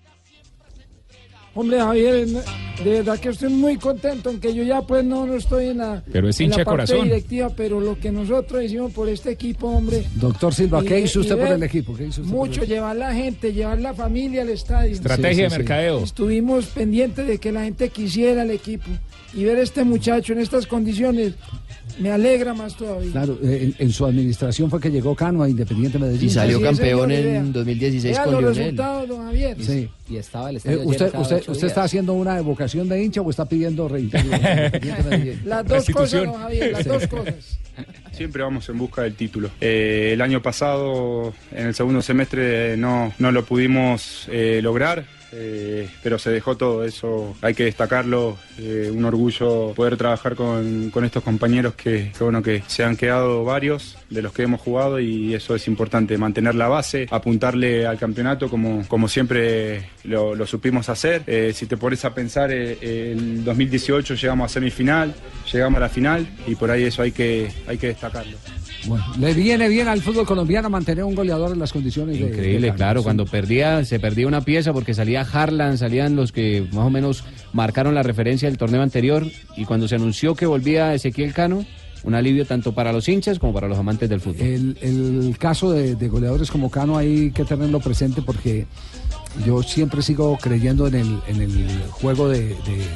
Hombre, Javier, de verdad que estoy muy contento, aunque yo ya pues no estoy en la, pero es hincha en la parte corazón. Directiva, pero lo que nosotros hicimos por este equipo, hombre. Doctor Silva, ¿qué hizo usted por el equipo? Mucho, llevar la gente, llevar la familia al estadio. Estrategia de mercadeo. Estuvimos pendientes de que la gente quisiera el equipo. Y ver a este muchacho en estas condiciones me alegra más todavía. Claro, en su administración fue que llegó Cano a Independiente Medellín. Y salió campeón en 2016 vean con los Lionel. Resultados, don Javier. Sí. Y estaba el estadio ¿Usted está haciendo una evocación de hincha o está pidiendo reintegro? Las dos cosas, don Javier, las dos cosas. Siempre vamos en busca del título. El año pasado, en el segundo semestre, no lo pudimos lograr. Pero se dejó todo, eso hay que destacarlo, un orgullo poder trabajar con estos compañeros que se han quedado varios de los que hemos jugado y eso es importante, mantener la base, apuntarle al campeonato como siempre lo supimos hacer. Si te pones a pensar, el 2018 llegamos a semifinal, llegamos a la final y por ahí eso hay que destacarlo. Bueno, le viene bien al fútbol colombiano mantener un goleador en las condiciones increíble, claro, cuando se perdía una pieza porque salía Harlan, salían los que más o menos marcaron la referencia del torneo anterior y cuando se anunció que volvía Ezequiel Cano, un alivio tanto para los hinchas como para los amantes del fútbol. El caso de goleadores como Cano hay que tenerlo presente porque yo siempre sigo creyendo en el juego del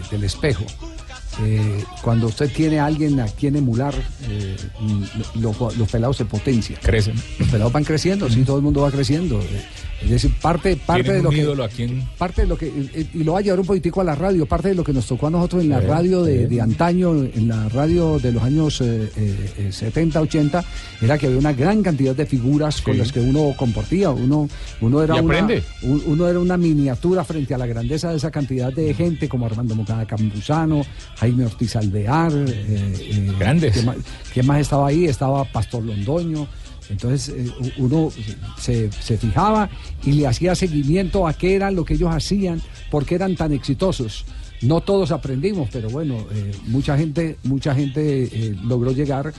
espejo. Cuando usted tiene a alguien a quien emular, los pelados se potencian. Crecen. Los pelados van creciendo, sí, todo el mundo va creciendo. Es decir, parte de lo que parte de lo que y lo va a llevar un poquitico a la radio, parte de lo que nos tocó a nosotros en la radio de antaño, en la radio de los años 70, 80, era que había una gran cantidad de figuras con las que uno compartía, uno era una miniatura frente a la grandeza de esa cantidad de gente como Armando Moncada Campuzano, Jaime Ortiz Alvear, grandes. ¿Quién más estaba ahí? Estaba Pastor Londoño. Entonces uno se fijaba y le hacía seguimiento a qué era lo que ellos hacían, por qué eran tan exitosos. No todos aprendimos, pero bueno, mucha gente logró llegar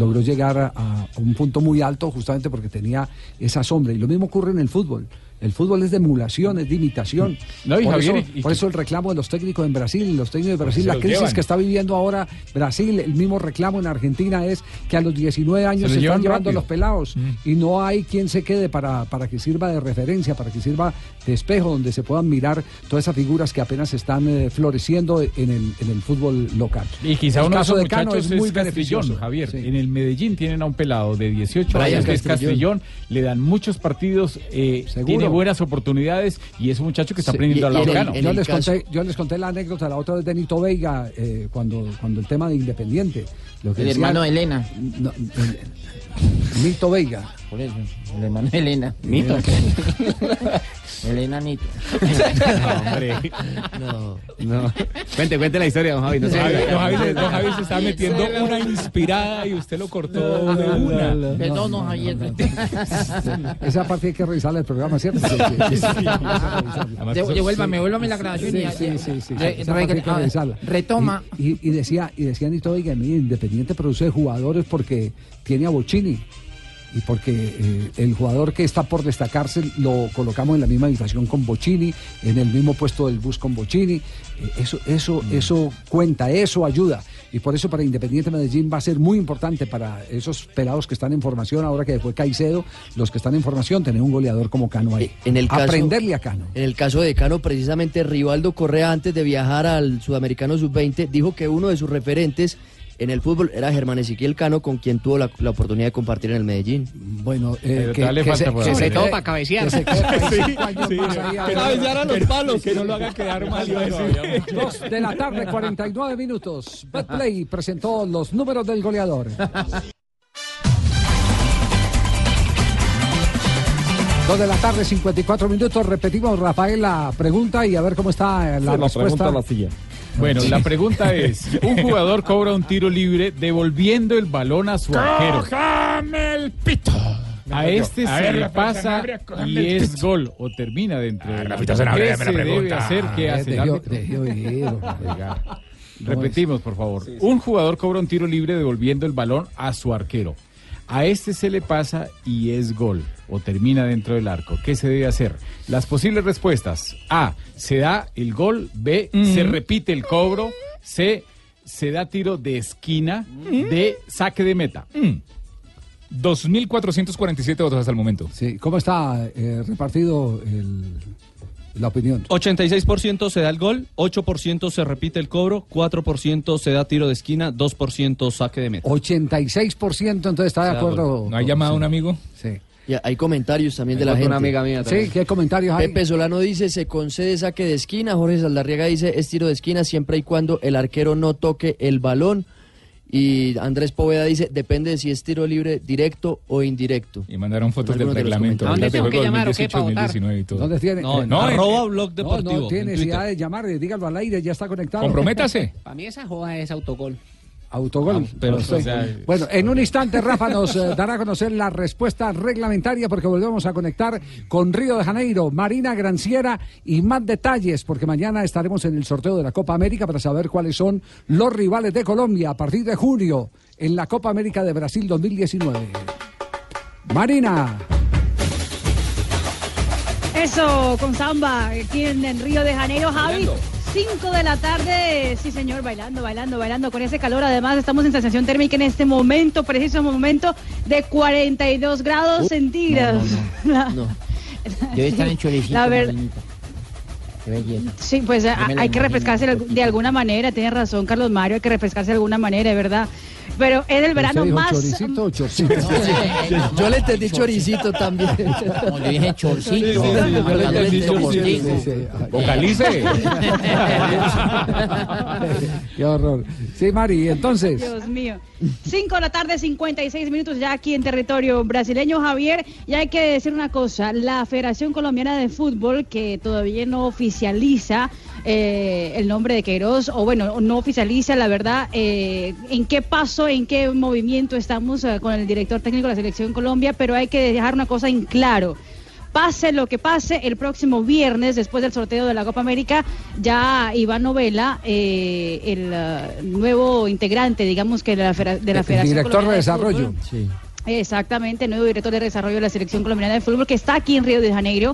a un punto muy alto justamente porque tenía esa sombra. Y lo mismo ocurre en el fútbol. El fútbol es de emulación, es de imitación. No, por eso el reclamo de los técnicos en Brasil, la crisis que está viviendo ahora Brasil, el mismo reclamo en Argentina es que a los 19 años se están llevando los pelados y no hay quien se quede para que sirva de referencia, para que sirva de espejo donde se puedan mirar todas esas figuras que apenas están floreciendo en el fútbol local. Y quizá uno de esos Cano muchachos es muy Castrillón, Javier. Sí. En el Medellín tienen a un pelado de 18 años que es Castrillón, le dan muchos partidos, tiene buenas oportunidades y es un muchacho que está aprendiendo a la Cano. Yo les conté la anécdota la otra vez de Nito Veiga cuando el tema de Independiente. Lo que el hermano de Elena. Nito Veiga. Por eso, el hermano de Elena. Nito. Elena Nito. No, hombre. No. Cuente la historia, don Javi. Don Javi se está metiendo una inspirada y usted lo cortó de una. Perdón, don Javier. Esa parte hay que revisarla el programa, ¿cierto? Devuélvame la grabación. Sí. Retoma. Y decía Nito, oiga, Independiente produce jugadores porque tiene a Bochini. Y porque el jugador que está por destacarse lo colocamos en la misma habitación con Bochini, en el mismo puesto del bus con Bochini. Eso cuenta, eso ayuda. Y por eso para Independiente Medellín va a ser muy importante para esos pelados que están en formación, ahora que fue Caicedo, los que están en formación, tener un goleador como Cano ahí. Aprenderle a Cano. En el caso de Cano, precisamente Rivaldo Correa, antes de viajar al Sudamericano Sub-20, dijo que uno de sus referentes en el fútbol era Germán Ezequiel Cano, con quien tuvo la oportunidad de compartir en el Medellín. Bueno, que se todo para cabecear. Que se cabecear a los palos, que no lo haga quedar mal. 2 de la tarde, 49 minutos. Betplay presentó los números del goleador. 2 de la tarde, 54 minutos. Repetimos, Rafael, la pregunta y a ver cómo está la respuesta. Bueno, la pregunta es: un jugador cobra un tiro libre devolviendo el balón a su arquero. ¡Cójame el pito! A este se le pasa y es gol o termina dentro del área. ¿Qué se debe hacer? ¿Qué hace el árbitro? Repetimos, por favor. Un jugador cobra un tiro libre devolviendo el balón a su arquero. A este se le pasa y es gol o termina dentro del arco. ¿Qué se debe hacer? Las posibles respuestas: A, se da el gol. B, se repite el cobro. C, se da tiro de esquina. D, saque de meta. 2.447 votos hasta el momento. Sí, ¿cómo está repartido la opinión? 86% se da el gol, 8% se repite el cobro, 4% se da tiro de esquina, 2% saque de meta. 86%, entonces está de acuerdo. ¿No ha llamado un amigo? Sí. Y hay comentarios también de la gente. Una amiga mía también. Sí, ¿qué comentarios hay? Pepe Solano dice: se concede saque de esquina. Jorge Saldarriaga dice: es tiro de esquina siempre y cuando el arquero no toque el balón. Y Andrés Poveda dice: depende de si es tiro libre directo o indirecto. Y mandaron fotos del reglamento. ¿A dónde tengo que llamar o qué para votar? ¿Dónde tiene? No, arroba Blog Deportivo. No tiene necesidad de llamar, dígalo al aire, ya está conectado. Comprométase. Para mí esa joda es autogol. Autogol. Bueno, en un instante Rafa nos dará a conocer la respuesta reglamentaria, porque volvemos a conectar con Río de Janeiro, Marina Granciera y más detalles, porque mañana estaremos en el sorteo de la Copa América para saber cuáles son los rivales de Colombia a partir de junio en la Copa América de Brasil 2019. Marina. Eso, con samba, aquí en Río de Janeiro, Javi. 5 de la tarde, sí señor, bailando con ese calor. Además estamos en sensación térmica en este momento, preciso momento, de 42 grados centígrados. No. Debe estar en choricito. La verdad. Sí, pues hay que refrescarse de alguna manera, tiene razón Carlos Mario, hay que refrescarse de alguna manera, de verdad. Pero es el verano más... ¿Choricito o chorcito? Yo le entendí choricito también. Como yo dije chorcito. Vocalice. Qué horror. Sí, Mari, entonces... Dios mío. 5 de la tarde, 56 minutos ya aquí en territorio brasileño, Javier. Y hay que decir una cosa, la Federación Colombiana de Fútbol, que todavía no oficializa el nombre de Queiroz, o bueno, no oficializa la verdad en qué paso, en qué movimiento estamos con el director técnico de la Selección Colombia, pero hay que dejar una cosa en claro. Pase lo que pase, el próximo viernes, después del sorteo de la Copa América, ya Iván Novela, el nuevo integrante, digamos que de la Federación director de Desarrollo. Sí. Exactamente, el nuevo director de desarrollo de la Selección Colombiana de Fútbol, que está aquí en Río de Janeiro.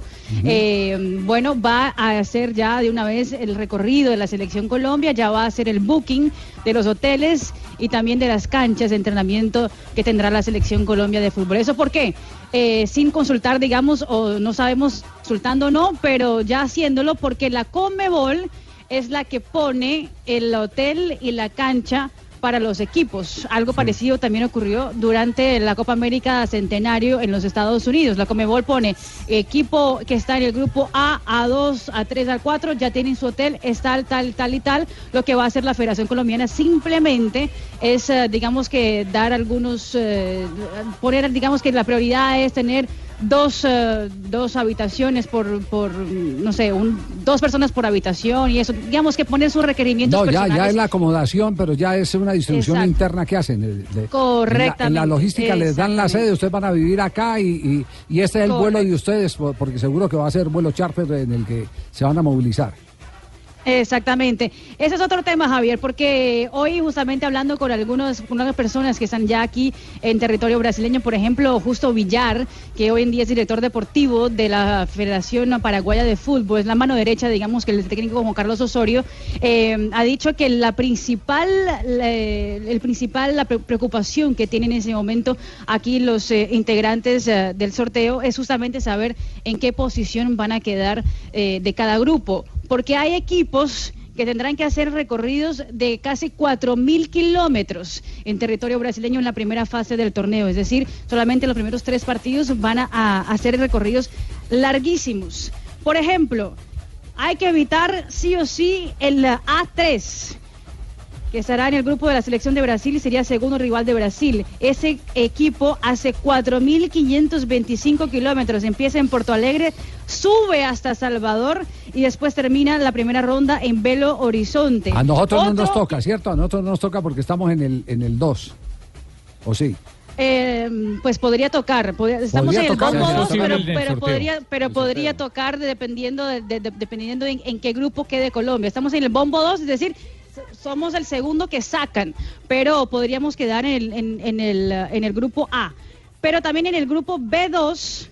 Bueno, va a hacer ya de una vez el recorrido de la Selección Colombia, ya va a hacer el booking de los hoteles y también de las canchas de entrenamiento que tendrá la Selección Colombia de Fútbol. ¿Eso por qué? Sin consultar, digamos, o no sabemos, consultando o no, pero ya haciéndolo, porque la Conmebol es la que pone el hotel y la cancha para los equipos. Algo parecido también ocurrió durante la Copa América Centenario en los Estados Unidos. La Conmebol pone equipo que está en el grupo A, A2, A3, A4, ya tienen su hotel, es tal y tal. Lo que va a hacer la Federación Colombiana simplemente es, digamos que dar algunos, poner, digamos que la prioridad es tener dos habitaciones por no sé, dos personas por habitación, y eso, digamos que ponen sus requerimientos personales. Ya es la acomodación, pero ya es una distribución interna que hacen. Correctamente. En la logística les dan la sede, ustedes van a vivir acá y este es el vuelo de ustedes, porque seguro que va a ser vuelo charter en el que se van a movilizar. Exactamente. Ese es otro tema, Javier, porque hoy justamente hablando con algunas personas que están ya aquí en territorio brasileño, por ejemplo, Justo Villar, que hoy en día es director deportivo de la Federación Paraguaya de Fútbol, es la mano derecha, digamos, que el técnico Juan Carlos Osorio, ha dicho que la principal preocupación que tienen en ese momento aquí los integrantes del sorteo es justamente saber en qué posición van a quedar de cada grupo. Porque hay equipos que tendrán que hacer recorridos de casi 4.000 kilómetros en territorio brasileño en la primera fase del torneo. Es decir, solamente los primeros 3 partidos van a hacer recorridos larguísimos. Por ejemplo, hay que evitar sí o sí el A3, que estará en el grupo de la selección de Brasil y sería segundo rival de Brasil. Ese equipo hace 4.525 kilómetros, empieza en Porto Alegre, sube hasta Salvador y después termina la primera ronda en Belo Horizonte. A nosotros no nos toca, ¿cierto? A nosotros no nos toca porque estamos en el 2, ¿o sí? Pues podría tocar, estamos en el bombo 2, pero podría sorteo. tocar dependiendo en qué grupo quede Colombia. Estamos en el bombo 2, es decir, somos el segundo que sacan, pero podríamos quedar en el grupo A. Pero también en el grupo B2,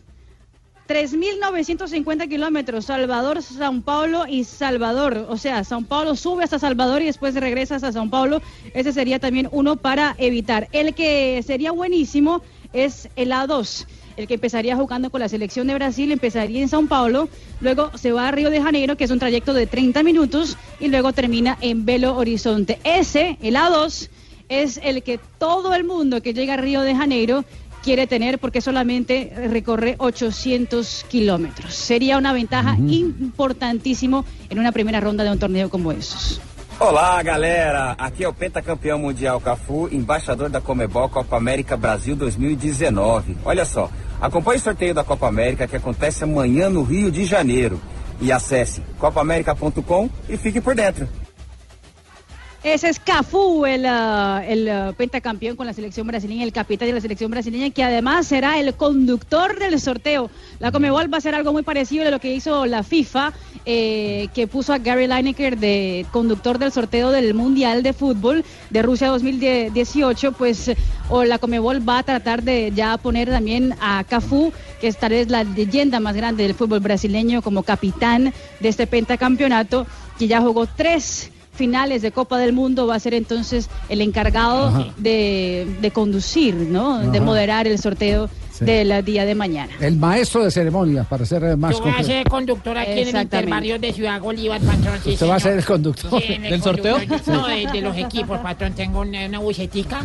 3.950 kilómetros, Salvador, São Paulo y Salvador. O sea, São Paulo sube hasta Salvador y después regresa hasta São Paulo. Ese sería también uno para evitar. El que sería buenísimo es el A2. El que empezaría jugando con la selección de Brasil, empezaría en São Paulo, luego se va a Río de Janeiro, que es un trayecto de 30 minutos, y luego termina en Belo Horizonte. Ese, el A2, es el que todo el mundo que llega a Río de Janeiro quiere tener porque solamente recorre 800 kilómetros. Sería una ventaja importantísimo en una primera ronda de un torneo como esos. Olá, galera. Aqui é o pentacampeão mundial Cafu, embaixador da Comebol Copa América Brasil 2019. Olha só, acompanhe o sorteio da Copa América que acontece amanhã no Rio de Janeiro. E acesse copaamerica.com e fique por dentro. Ese es Cafú, el pentacampeón con la selección brasileña, el capitán de la selección brasileña, que además será el conductor del sorteo. La Conmebol va a hacer algo muy parecido de lo que hizo la FIFA, que puso a Gary Lineker de conductor del sorteo del Mundial de Fútbol de Rusia 2018, pues o la Conmebol va a tratar de ya poner también a Cafú, que es tal vez la leyenda más grande del fútbol brasileño, como capitán de este pentacampeonato, que ya jugó 3 finales de Copa del Mundo, va a ser entonces el encargado de conducir, ¿no? De moderar el sorteo del día de mañana. El maestro de ceremonias, para ser más concreto. Yo voy a ser conductor aquí en el Interbarrio de Ciudad Bolívar, patrón. Sí, ¿usted va a ser el conductor del sorteo? No, de los equipos, patrón. Tengo una bucetica.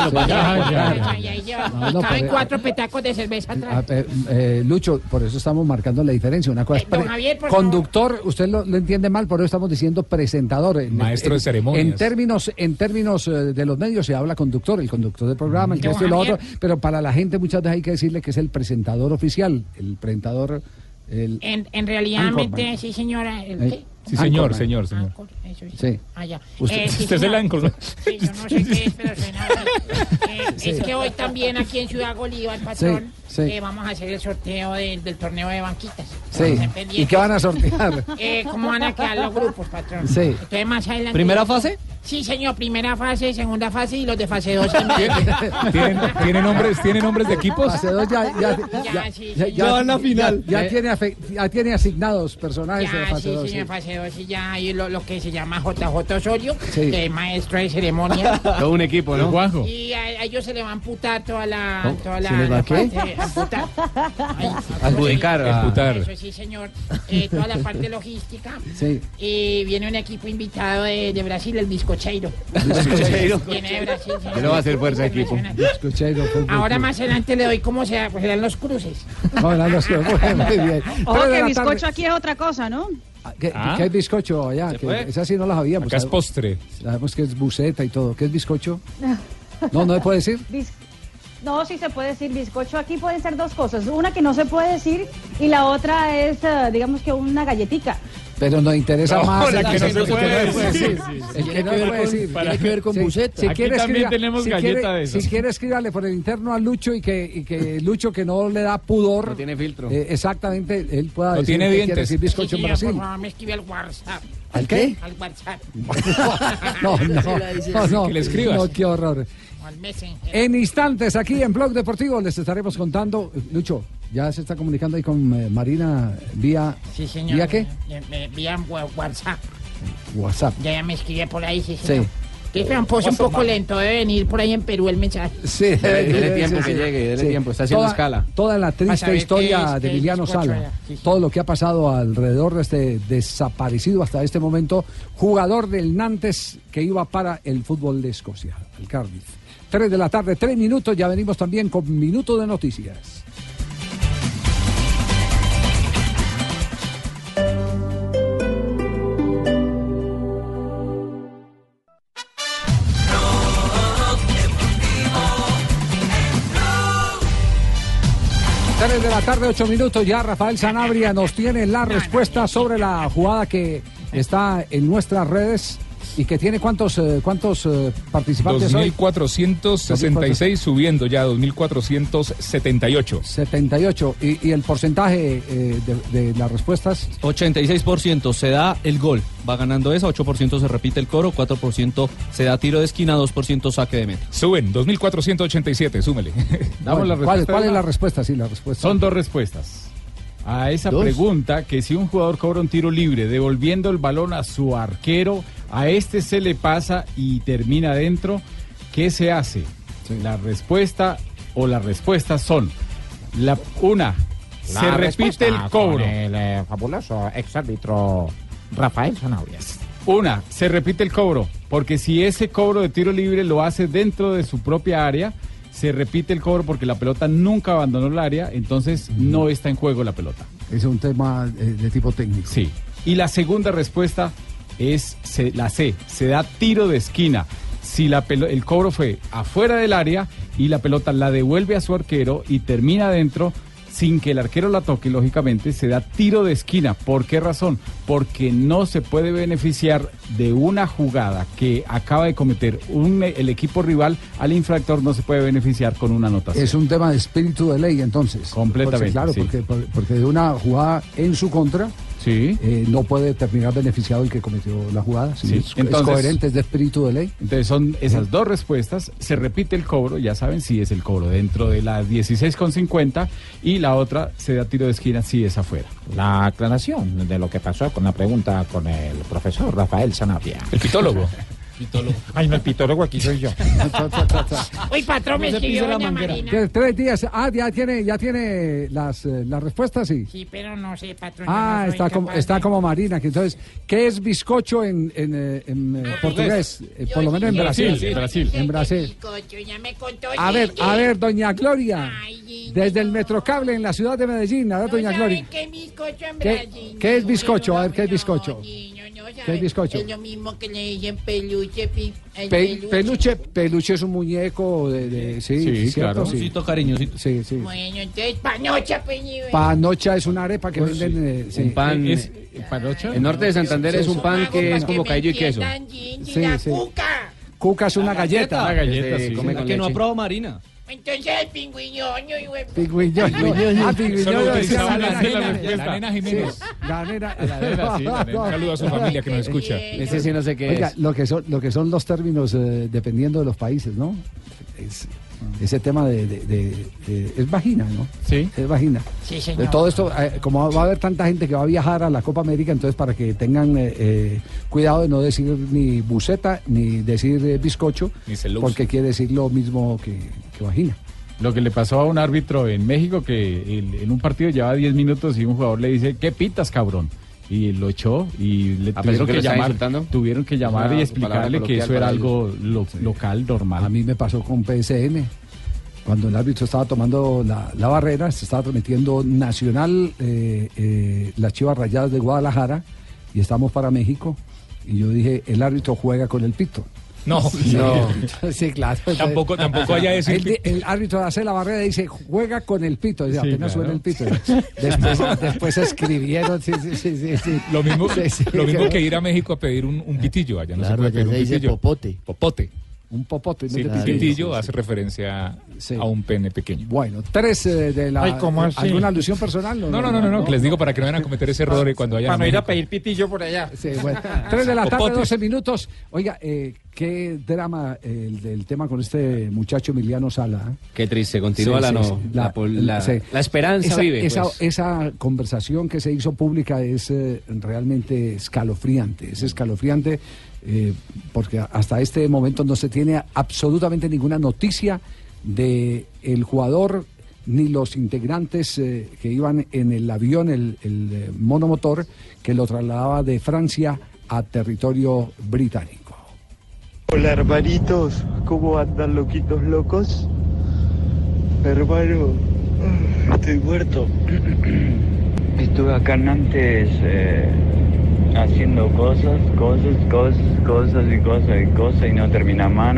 Caben 4 petacos de cerveza atrás. Lucho, por eso estamos marcando la diferencia. Una cosa don Javier, por conductor, favor. Usted lo entiende mal, por eso estamos diciendo presentador. Maestro de ceremonias. En términos de los medios se habla conductor, el conductor del programa, el que esto y lo otro, pero para la gente muchas veces hay que decirle que es el presentador oficial, el presentador. En realidad, sí, señora. ¿Qué? Sí, señor. Eso sí. Sí. Ya. Usted es el Anchor, ¿no? Sí, yo no sé qué es, pero suena así. Es que hoy también aquí en Ciudad Bolívar, patrón, vamos a hacer el sorteo del torneo de banquitas. Sí. ¿Y qué van a sortear? ¿Cómo van a quedar los grupos, patrón? Sí. Entonces, más adelante. ¿Primera fase? Sí, señor, primera fase, segunda fase y los de fase 2. ¿Tiene nombres de equipos? Fase 2 ya van a final. Ya tiene asignados personajes de fase 2. Sí, señor, fase 2 y ya hay lo que se llama JJ Osorio, que es maestro de ceremonia. Todo un equipo, ¿no? Juanjo. Y a ellos se le va a amputar toda la ¿se les va a qué? Amputar. Amputar. Eso sí, señor. Toda la parte logística. Sí. Y viene un equipo invitado de Brasil, el Bizcocheiro. Viene de Brasil. ¿Qué lo va a hacer fuerza de equipo? Ahora más adelante le doy cómo se dan los cruces. No, los cruces. Muy bien. Ojo que bizcocho aquí es otra cosa, ¿no? ¿Qué es bizcocho allá? Esa sí no la sabíamos. Acá es postre. Sabemos que es buceta y todo. ¿Qué es bizcocho? No se puede decir. No, sí se puede decir bizcocho. Aquí pueden ser 2 cosas. Una que no se puede decir y la otra es, digamos que una galletica. Pero nos interesa más la que no se puede decir. El que no puede decir. Tiene que ver con buceta. Aquí también tenemos galleta de esas. Si quiere, escríbale por el interno a Lucho y que Lucho, que no le da pudor. No tiene filtro. Exactamente, él pueda decir que quiere decir bizcocho en Brasil. Por favor, me escribe al WhatsApp. ¿Al qué? Al WhatsApp. No, que le escribas. No, qué horror. En instantes, aquí en Blog Deportivo, les estaremos contando. Lucho, ¿ya se está comunicando ahí con Marina vía... Sí, señor. ¿Vía qué? Vía WhatsApp. WhatsApp. Ya me escribí por ahí, sí, señor. Sí. Qué tramposo, un poco lento, debe venir por ahí en Perú el mensaje. Sí, dele tiempo que llegue, dele tiempo, está haciendo escala. Toda la triste historia de Emiliano bizcocho Sala, era. Sí. todo lo que ha pasado alrededor de este desaparecido hasta este momento jugador del Nantes que iba para el fútbol de Escocia, el Cardiff. 3 de la tarde, 3 minutos, ya venimos también con Minuto de Noticias. Tres de la tarde, 8 minutos, ya Rafael Sanabria nos tiene la respuesta sobre la jugada que está en nuestras redes y que tiene cuántos participantes hoy. 2.466 subiendo ya, 2.478. 78. ¿Y el porcentaje de las respuestas? 86% se da el gol, va ganando esa, 8% se repite el coro, 4% se da tiro de esquina, 2% saque de meta. Suben, 2.487, súmele. Damos la respuesta. ¿Cuál es la respuesta? Sí, la respuesta. Son dos respuestas. A esa pregunta, que si un jugador cobra un tiro libre devolviendo el balón a su arquero, a este se le pasa y termina adentro, ¿qué se hace? Sí. La respuesta o las respuestas son: se repite el cobro. Con el fabuloso exárbitro Rafael Sanabria. Se repite el cobro, porque si ese cobro de tiro libre lo hace dentro de su propia área, se repite el cobro porque la pelota nunca abandonó el área, entonces no está en juego la pelota. Es un tema de tipo técnico. Sí. Y la segunda respuesta es la C, se da tiro de esquina. Si el cobro fue afuera del área y la pelota la devuelve a su arquero y termina adentro, sin que el arquero la toque, lógicamente, se da tiro de esquina. ¿Por qué razón? Porque no se puede beneficiar de una jugada que acaba de cometer el equipo rival, al infractor no se puede beneficiar con una anotación. Es un tema de espíritu de ley, entonces. Completamente. Claro, sí. porque de una jugada en su contra, sí, no puede terminar beneficiado el que cometió la jugada. Sí. Entonces, es coherente, es de espíritu de ley. Entonces son esas dos respuestas. Se repite el cobro, ya saben si es el cobro dentro de las 16,50 y la otra se da tiro de esquina si es afuera. La aclaración de lo que pasó con la pregunta con el profesor Rafael Sanabria. El pitólogo. Ay, no, el pitólogo aquí soy yo. Uy, patrón, me escribió doña Marina. 3 días. Ya tiene las respuestas, sí. Sí, pero no sé, patrón. Está como Marina, que entonces, ¿qué es bizcocho en portugués? Por lo menos en Brasil. Sí, Brasil. En Brasil. Ya me contó. A ver, doña Gloria. Desde el Metrocable en la ciudad de Medellín. A ver, doña Gloria. ¿Qué es bizcocho en Brasil? ¿Qué es bizcocho? A ver, ¿qué es bizcocho? ¿Qué es bizcocho? Es lo mismo que le dicen peluche. Peluche es un muñeco sí, claro. Sí. Cariñosito. Sí. Bueno, entonces panocha, panocha es una arepa que venden. Un pan. ¿Panocha? El norte de Santander es un pan que es como callo y queso. Sí. Cuca es una galleta. Una galleta, sí. Come con que no aprobó Marina. Entonces el pingüiñoño. Pingüiñoño. La nena Jiménez. La nena. Un saludo a su familia que nos escucha. Ese sí no sé qué es. Lo que son los términos dependiendo de los países, ¿no? Ese tema es vagina, ¿no? Sí. Es vagina. Sí, señor. De todo esto, como va a haber tanta gente que va a viajar a la Copa América, entonces para que tengan cuidado de no decir ni buceta, ni decir bizcocho, porque quiere decir lo mismo que vagina. Lo que le pasó a un árbitro en México, que en un partido llevaba 10 minutos y un jugador le dice, ¿qué pitas, cabrón? Y lo echó y le tuvieron que llamar y explicarle que eso era algo local, normal. A mí me pasó con PSN. Cuando el árbitro estaba tomando la barrera, se estaba transmitiendo Nacional, las Chivas Rayadas de Guadalajara, y estamos para México. Y yo dije, el árbitro juega con el pito. No. Sí, claro. Tampoco haya decir. El árbitro hace la barrera y dice, juega con el pito. Dice, apenas suena el pito. Después escribieron. Sí. Lo mismo que ir a México a pedir un pitillo. Allá no se puede pedir un pitillo. Popote. Un popote. Sí, el pitillo hace referencia a un pene pequeño. Bueno, 3 de la... ¿Alguna alusión personal? No, que les digo para que no vayan a cometer ese error cuando vayan para no ir a pedir pitillo por allá. Sí, bueno. 3 de la tarde, 12 minutos. Oiga, qué drama el tema con este muchacho Emiliano Sala. Qué triste, continúa la esperanza vive. Esa conversación que se hizo pública es realmente escalofriante. Es escalofriante porque hasta este momento no se tiene absolutamente ninguna noticia de el jugador ni los integrantes que iban en el avión, el monomotor que lo trasladaba de Francia a territorio británico. Hola hermanitos, ¿cómo andan loquitos locos? Hermano, estoy muerto. Estuve acá antes haciendo cosas y no termina más.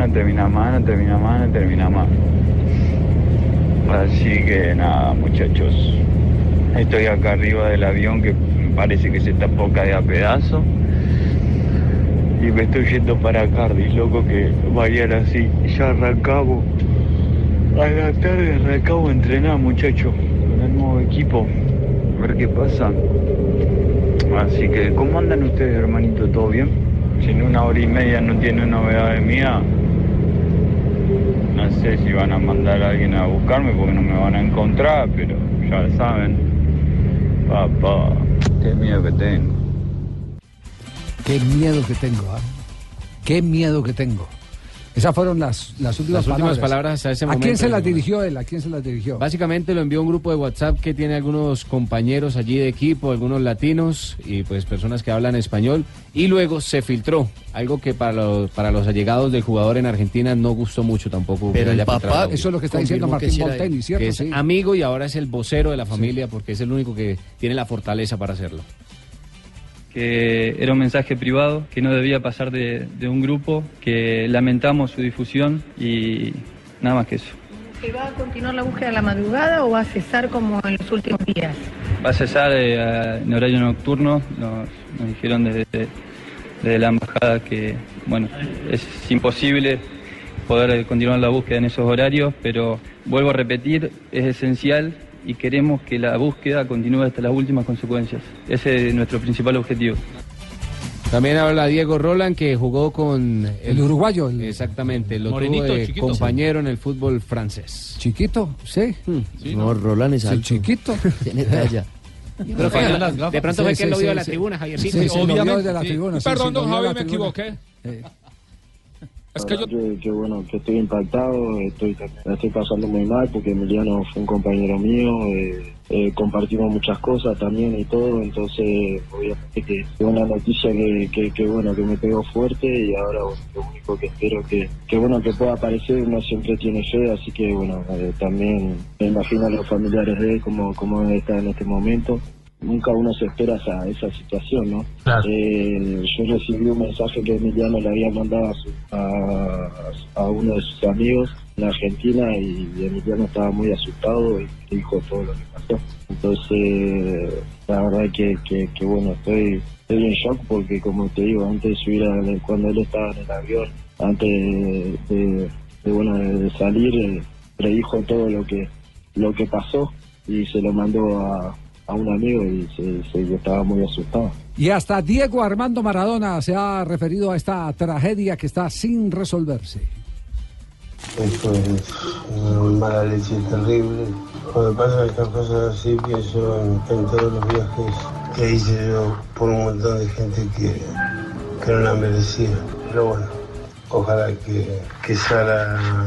Así que nada, muchachos, estoy acá arriba del avión que parece que se está poca a pedazo y me estoy yendo para Cardiff, loco, que mañana sí, ya arrancamos. A la tarde arrancamos a entrenar, muchachos, con el nuevo equipo, a ver qué pasa. Así que, ¿cómo andan ustedes, hermanito? ¿Todo bien? Si en 1 hora y media no tiene novedades mías, no sé si van a mandar a alguien a buscarme porque no me van a encontrar, pero ya saben. Papá, qué miedo que tengo. Qué miedo que tengo, ¿eh? Qué miedo que tengo. Esas fueron las últimas palabras hasta ese momento. ¿A quién se las dirigió él? ¿A quién se las dirigió? Básicamente lo envió a un grupo de WhatsApp que tiene algunos compañeros allí de equipo, algunos latinos y pues personas que hablan español. Y luego se filtró, algo que para los allegados del jugador en Argentina no gustó mucho tampoco. Pero el papá, eso es lo que está diciendo Martín Molteni, ¿cierto? Que es amigo y ahora es el vocero de la familia porque es el único que tiene la fortaleza para hacerlo. Que era un mensaje privado, que no debía pasar de un grupo, que lamentamos su difusión y nada más que eso. ¿Va a continuar la búsqueda a la madrugada o va a cesar como en los últimos días? Va a cesar en horario nocturno, nos dijeron desde la embajada que, bueno, es imposible poder continuar la búsqueda en esos horarios, pero vuelvo a repetir, es esencial y queremos que la búsqueda continúe hasta las últimas consecuencias. Ese es nuestro principal objetivo. También habla Diego Roland, que jugó con el uruguayo. Exactamente, lo tuvo de compañero en el fútbol francés. ¿Chiquito? Sí. Sí, no, Roland es alto. Chiquito. Tiene talla. De pronto fue que él lo vio de la tribuna, Javier. Sí, obviamente. De la tribuna, perdón, don Javi, me equivoqué. Es que bueno, que estoy impactado, estoy pasando muy mal porque Emiliano fue un compañero mío, compartimos muchas cosas también y todo, entonces obviamente que es una noticia que bueno, que me pegó fuerte y ahora bueno, lo único que espero que bueno, que pueda aparecer, uno siempre tiene fe, así que bueno, también me imagino a los familiares de él como está en este momento. Nunca uno se espera esa situación, ¿no? Claro. Yo recibí un mensaje que Emiliano le había mandado a uno de sus amigos en Argentina y Emiliano estaba muy asustado y dijo todo lo que pasó. Entonces, la verdad que bueno, estoy en shock porque, como te digo, antes de subir, cuando él estaba en el avión, antes de salir, predijo todo lo que pasó y se lo mandó a un amigo y yo estaba muy asustado. Y hasta Diego Armando Maradona se ha referido a esta tragedia que está sin resolverse. Esto es una mala leche terrible. Cuando pasan estas cosas así pienso en todos los viajes que hice yo por un montón de gente que no la merecía. Pero bueno, ojalá que Sara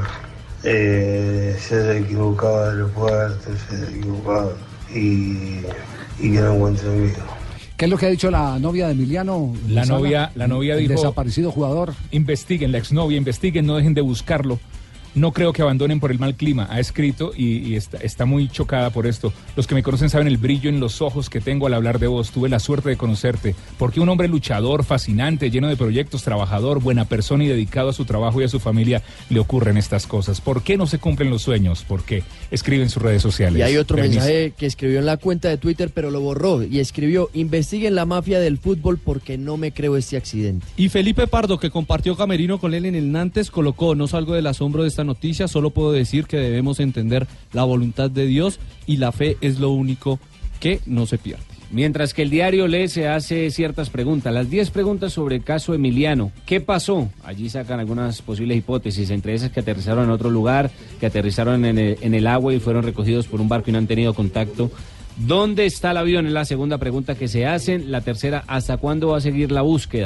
se haya equivocado del aeropuerto, se haya equivocado y que no encuentren vida. ¿Qué es lo que ha dicho la novia de Emiliano? La novia dijo: desaparecido jugador. Investiguen, la exnovia, investiguen, no dejen de buscarlo. No creo que abandonen por el mal clima, ha escrito y está muy chocada por esto. Los que me conocen saben el brillo en los ojos que tengo al hablar de vos. Tuve la suerte de conocerte, porque un hombre luchador, fascinante, lleno de proyectos, trabajador, buena persona y dedicado a su trabajo y a su familia, le ocurren estas cosas. ¿Por qué no se cumplen los sueños? ¿Por qué? Escribe en sus redes sociales. Y hay otro mensaje que escribió en la cuenta de Twitter, pero lo borró y escribió: investiguen la mafia del fútbol porque no me creo este accidente. Y Felipe Pardo, que compartió camerino con él en el Nantes, colocó: no salgo del asombro de esta noticia, solo puedo decir que debemos entender la voluntad de Dios y la fe es lo único que no se pierde. Mientras que el diario Le se hace ciertas preguntas, las 10 preguntas sobre el caso Emiliano. ¿Qué pasó? Allí sacan algunas posibles hipótesis, entre esas que aterrizaron en otro lugar, que aterrizaron en el agua y fueron recogidos por un barco y no han tenido contacto. ¿Dónde está el avión? Es la segunda pregunta que se hacen. La tercera, ¿hasta cuándo va a seguir la búsqueda?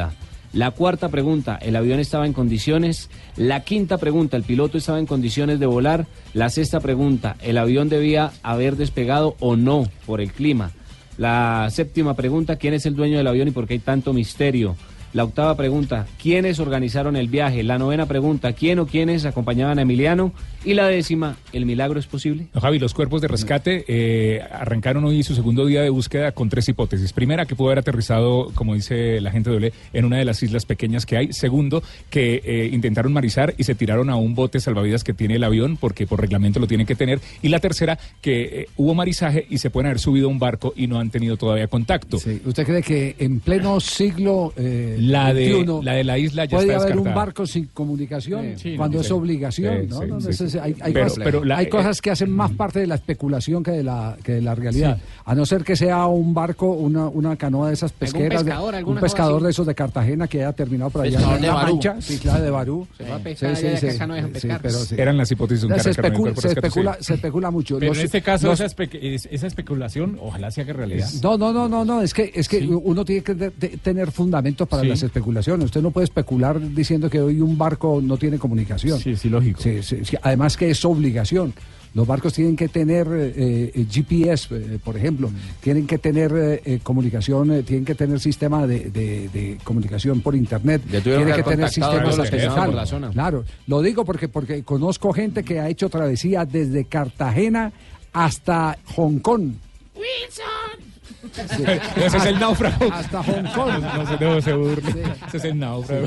La cuarta pregunta, ¿el avión estaba en condiciones? La quinta pregunta, ¿el piloto estaba en condiciones de volar? La sexta pregunta, ¿el avión debía haber despegado o no por el clima? La séptima pregunta, ¿quién es el dueño del avión y por qué hay tanto misterio? La octava pregunta, ¿quiénes organizaron el viaje? La novena pregunta, ¿quién o quiénes acompañaban a Emiliano? Y la décima, ¿el milagro es posible? No, Javi, los cuerpos de rescate arrancaron hoy su segundo día de búsqueda con 3 hipótesis. Primera, que pudo haber aterrizado, como dice la gente de Olé, en una de las islas pequeñas que hay. Segundo, que intentaron marizar y se tiraron a un bote salvavidas que tiene el avión, porque por reglamento lo tienen que tener. Y la tercera, que hubo marizaje y se pueden haber subido a un barco y no han tenido todavía contacto. Sí. ¿Usted cree que en pleno siglo la de la isla ya puede está haber descartada? un barco sin comunicación cuando es obligación? Hay cosas que hacen más parte de la especulación que de la realidad. Sí. A no ser que sea un barco, una canoa de esas pesqueras, un pescador de esos de Cartagena que haya terminado por allá en La Mancha, de Barú. Se va a pescar acá no dejan pescar. Eran las hipótesis. Se especula mucho. Pero en este caso esa especulación ojalá se haga realidad. No, es que uno tiene que tener fundamentos para las especulaciones. Usted no puede especular diciendo que hoy un barco no tiene comunicación. Sí, lógico. Además que es obligación. Los barcos tienen que tener GPS, por ejemplo, tienen que tener comunicación, tienen que tener sistema de comunicación por internet, tienen que tener sistemas por la zona. Claro, lo digo porque conozco gente que ha hecho travesía desde Cartagena hasta Hong Kong. Wilson. Sí. Ese es el náufrago. Hasta Hong Kong. No se burle. Sí. Ese es el náufrago.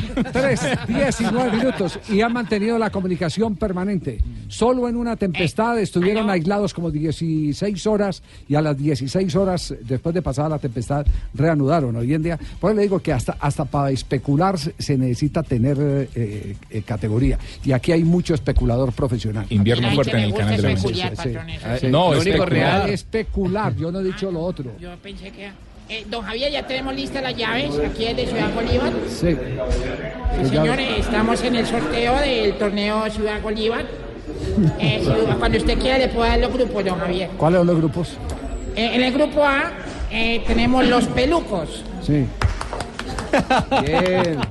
19 minutos y han mantenido la comunicación permanente. Solo en una tempestad estuvieron aislados como 16 horas y a las 16 horas, después de pasada la tempestad, reanudaron. Hoy en día, por eso le digo que hasta para especular se necesita tener categoría. Y aquí hay mucho especulador profesional. Invierno fuerte en el canal de la Mesa. No, lo único real es especular. Yo no he dicho lo otro. Yo pensé que... don Javier, ya tenemos listas las llaves, aquí es de Ciudad Bolívar. Sí. Señores, estamos en el sorteo del torneo Ciudad Bolívar. Cuando usted quiera le puedo dar los grupos, don Javier. ¿Cuáles son los grupos? En el grupo A tenemos los pelucos. Sí. Bien.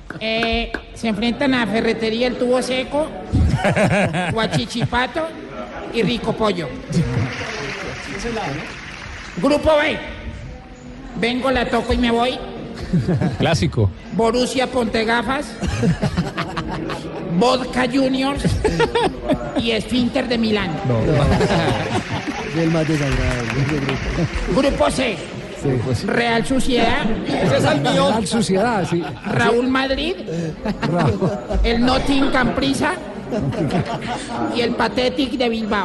Se enfrentan a Ferretería El Tubo Seco, Guachichipato y Rico Pollo. Grupo B. Vengo, la toco y me voy. Clásico. Borussia Pontegafas, Vodka Juniors y Esfínter de Milán. El más desagradable. Grupo C. Sí, pues. Real Sociedad. Ese es el mío. Real Sociedad, sí. Raúl Madrid. El Nottingham Prisa. Y el Pathetic de Bilbao.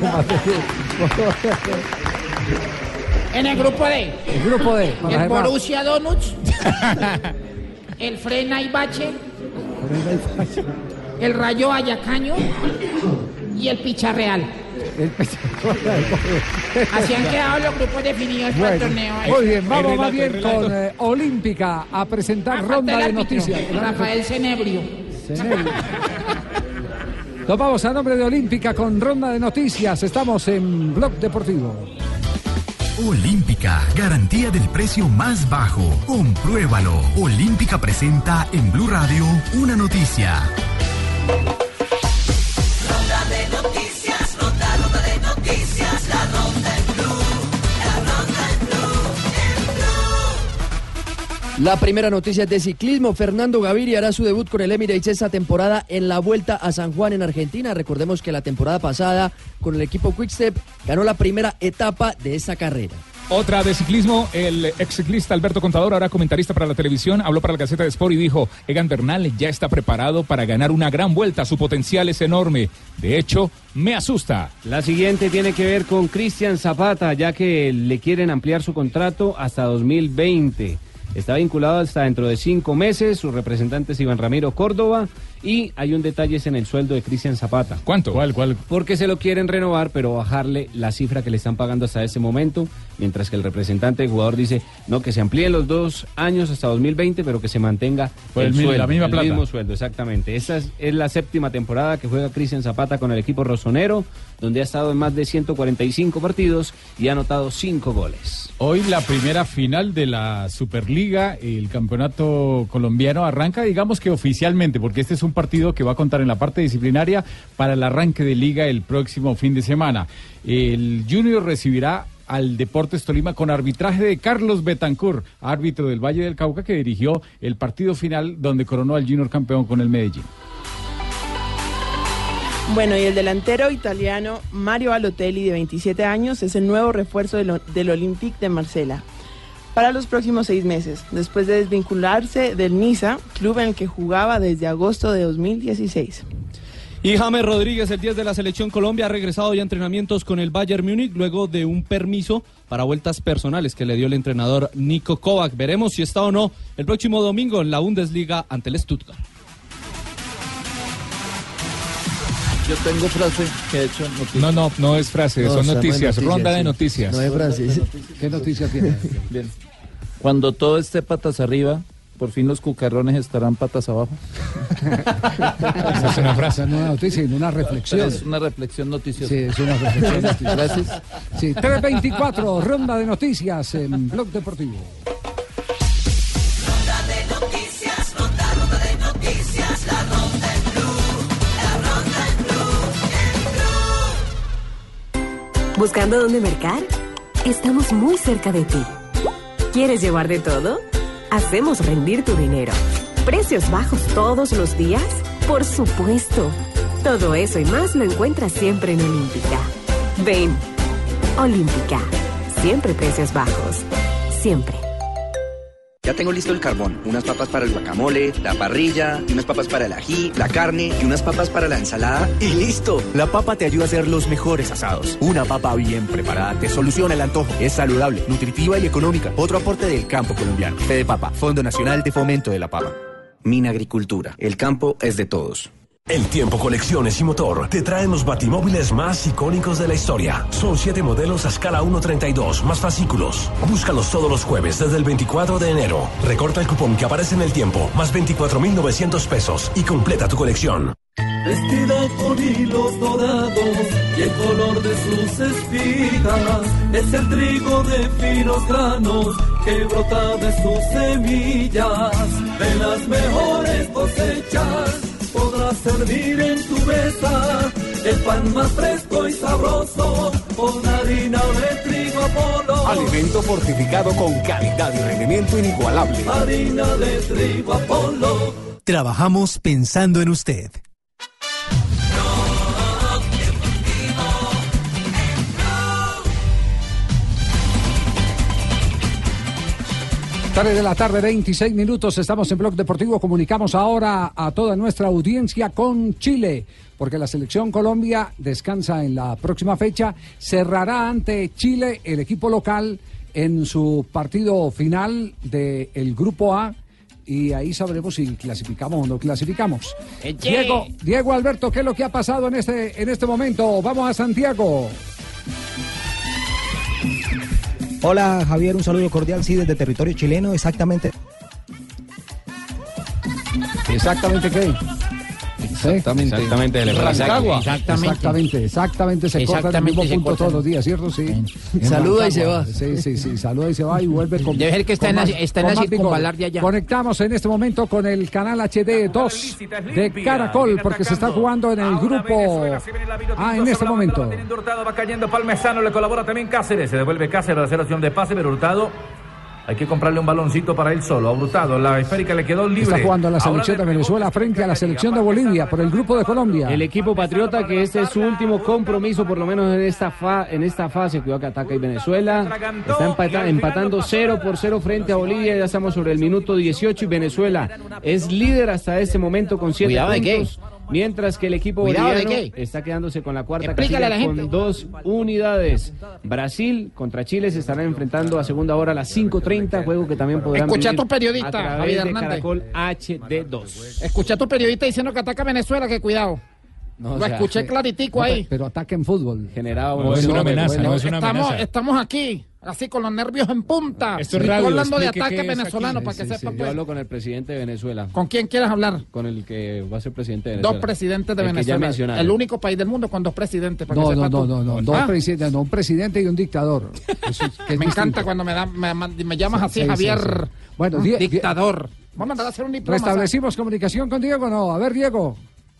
En el grupo D. El grupo D. El Borussia Donuts. El Frena y Bache. El Rayo Ayacaño. Y el Picharreal. Así han quedado los grupos definidos para el torneo. Muy bien, vamos más bien con Olímpica a presentar ronda de noticias. Rafael Cenebrio. Nos vamos a nombre de Olímpica con ronda de noticias. Estamos en Blog Deportivo. Olímpica, garantía del precio más bajo. Compruébalo. Olímpica presenta en Blue Radio una noticia. Ronda de noticias, ronda de noticias, la ronda en Blue, la ronda en Blue. La primera noticia es de ciclismo. Fernando Gaviria hará su debut con el Emirates esta temporada en la Vuelta a San Juan en Argentina. Recordemos que la temporada pasada con el equipo Quickstep ganó la primera etapa de esta carrera. Otra de ciclismo, el ex ciclista Alberto Contador, ahora comentarista para la televisión, habló para la Gaceta de Sport y dijo: Egan Bernal ya está preparado para ganar una gran vuelta, su potencial es enorme. De hecho, me asusta. La siguiente tiene que ver con Cristian Zapata, ya que le quieren ampliar su contrato hasta 2020. Está vinculado hasta dentro de 5 meses, su representante es Iván Ramiro Córdoba Y hay un detalle en el sueldo de Cristian Zapata. ¿Cuánto? ¿Cuál? Porque se lo quieren renovar, pero bajarle la cifra que le están pagando hasta ese momento, mientras que el representante del jugador dice, no, que se amplíen los 2 años hasta 2020, pero que se mantenga el mismo sueldo, exactamente. Esta es la 7ª temporada que juega Cristian Zapata con el equipo rosonero, donde ha estado en más de 145 partidos y ha anotado 5 goles. Hoy la primera final de la Superliga, el campeonato colombiano arranca, digamos que oficialmente, porque este es un partido que va a contar en la parte disciplinaria para el arranque de liga el próximo fin de semana. El Junior recibirá al Deportes Tolima con arbitraje de Carlos Betancur, árbitro del Valle del Cauca, que dirigió el partido final donde coronó al Junior campeón con el Medellín. Bueno, y el delantero italiano Mario Balotelli, de 27 años, es el nuevo refuerzo del Olympique de Marsella para los próximos 6 meses, después de desvincularse del Niza, club en el que jugaba desde agosto de 2016. Y James Rodríguez, el 10 de la Selección Colombia, ha regresado ya a entrenamientos con el Bayern Múnich luego de un permiso para vueltas personales que le dio el entrenador Niko Kovac. Veremos si está o no el próximo domingo en la Bundesliga ante el Stuttgart. Yo tengo frase que he hecho noticias. No es frase, son noticias, ronda de noticias. No es frase. ¿Qué noticia tiene? Bien. Cuando todo esté patas arriba, por fin los cucarrones estarán patas abajo. Esa es una frase. No es una noticia, sino una reflexión. Es una reflexión noticiosa. Sí, es una reflexión noticiosa. Gracias. Sí, 3:24, ronda de noticias en Blog Deportivo. Ronda de noticias, ronda de noticias, la ronda en Blue, la ronda en Blue. ¿Buscando dónde mercar? Estamos muy cerca de ti. ¿Quieres llevar de todo? Hacemos rendir tu dinero. ¿Precios bajos todos los días? Por supuesto. Todo eso y más lo encuentras siempre en Olímpica. Ven. Olímpica. Siempre precios bajos. Siempre. Ya tengo listo el carbón, unas papas para el guacamole, la parrilla, unas papas para el ají, la carne y unas papas para la ensalada. Y listo, la papa te ayuda a hacer los mejores asados. Una papa bien preparada te soluciona el antojo. Es saludable, nutritiva y económica. Otro aporte del campo colombiano. Fedepapa, Fondo Nacional de Fomento de la Papa. Minagricultura, el campo es de todos. El Tiempo Colecciones y Motor te traen los batimóviles más icónicos de la historia. Son 7 modelos a escala 1.32, más fascículos. Búscalos todos los jueves desde el 24 de enero. Recorta el cupón que aparece en el tiempo, más 24.900 pesos y completa tu colección. Vestida con hilos dorados y el color de sus espigas es el trigo de finos granos que brota de sus semillas. De las mejores cosechas podrás servir en tu mesa el pan más fresco y sabroso con harina de trigo Apolo. Alimento fortificado con calidad y rendimiento inigualable. Harina de trigo Apolo. Trabajamos pensando en usted. 3 de la tarde, 26 minutos, estamos en Blog Deportivo. Comunicamos ahora a toda nuestra audiencia con Chile, porque la selección Colombia descansa en la próxima fecha. Cerrará ante Chile el equipo local en su partido final del Grupo A, y ahí sabremos si clasificamos o no clasificamos. Diego Alberto, ¿qué es lo que ha pasado en este momento? Vamos a Santiago. Hola Javier, un saludo cordial, sí, desde territorio chileno, exactamente. ¿Exactamente qué? Exactamente, Rancagua. Exactamente, se corta el mismo punto todos los días, ¿cierto? Sí. Saluda y se va. Sí, saluda y se va y vuelve con. Debe ser que está en la circunvalar de allá. Conectamos en este momento con el canal HD 2 de Caracol, porque se está jugando en el grupo A en este momento. Hurtado va cayendo Palmesano, le colabora también Cáceres, se devuelve Cáceres a hacer opción de pase, pero Hurtado hay que comprarle un baloncito para él solo. A Hurtado, la esférica le quedó libre. Está jugando la selección de Venezuela frente a la selección de Bolivia por el grupo de Colombia. El equipo patriota, que este es su último compromiso, por lo menos en esta fase. Cuidado que ataca y Venezuela está empatando 0-0 frente a Bolivia. Ya estamos sobre el minuto 18 y Venezuela es líder hasta este momento con 7 puntos. mientras que el equipo boliviano está quedándose con la cuarta casilla con 2 unidades. Brasil contra Chile se estarán enfrentando a segunda hora a las 5:30, juego que también podrán Escucha a vivir tu periodista, a través Javier de Hernández. Caracol HD2. Escucha a tu periodista diciendo que ataca a Venezuela, que cuidado. No, Lo escuché claritico ahí. Pero ataque en fútbol. Generado No es una amenaza, no es una amenaza. Estamos aquí, así con los nervios en punta. Esto es Estoy radio, hablando de explique ataque qué es venezolano, aquí. para que sepa Yo pues. hablo con el presidente de Venezuela. ¿Con quién quieres hablar? Con el que va a ser presidente de Venezuela. 2 presidentes de El que ya Venezuela. mencionaron. El único país del mundo con 2 presidentes. Para No, que no, sepa no, tú. no, dos presidentes, no, un presidente y un dictador. Eso es- que es Me encanta distinto. cuando me llamas así, Sí, sí, Javier. sí. Bueno, dictador. Vamos a mandar a hacer un diploma. ¿Restablecimos comunicación con Diego o no? A ver, Diego.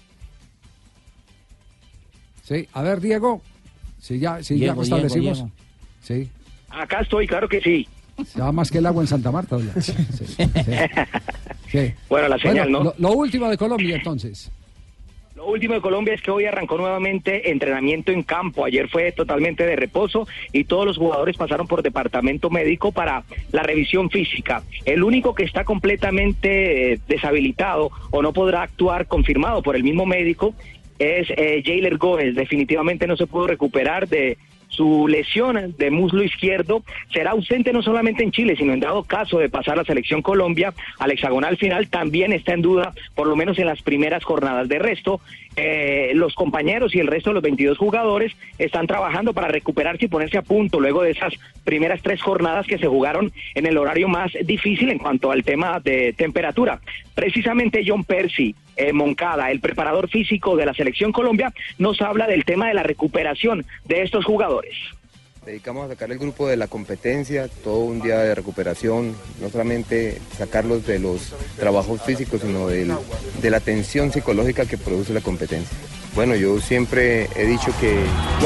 Sí, a ver, Diego. Sí, ya Diego, restablecimos. Diego. Sí. Acá estoy, claro que sí. Se va más que el agua en Santa Marta. Oye. Sí, sí, sí. Bueno, la señal, ¿no? Lo último de Colombia, entonces. Lo último de Colombia es que hoy arrancó nuevamente entrenamiento en campo. Ayer fue totalmente de reposo y todos los jugadores pasaron por departamento médico para la revisión física. El único que está completamente deshabilitado o no podrá actuar, confirmado por el mismo médico, es Jailer Gómez. Definitivamente no se pudo recuperar de su lesión de muslo izquierdo. Será ausente no solamente en Chile, sino en dado caso de pasar la selección Colombia al hexagonal final, también está en duda, por lo menos en las primeras jornadas. De resto, los compañeros y el resto de los 22 jugadores están trabajando para recuperarse y ponerse a punto luego de esas primeras 3 jornadas que se jugaron en el horario más difícil en cuanto al tema de temperatura. Precisamente John Percy Moncada, el preparador físico de la selección Colombia, nos habla del tema de la recuperación de estos jugadores. Dedicamos a sacar el grupo de la competencia, todo un día de recuperación, no solamente sacarlos de los trabajos físicos, sino de la tensión psicológica que produce la competencia. Bueno, yo siempre he dicho que...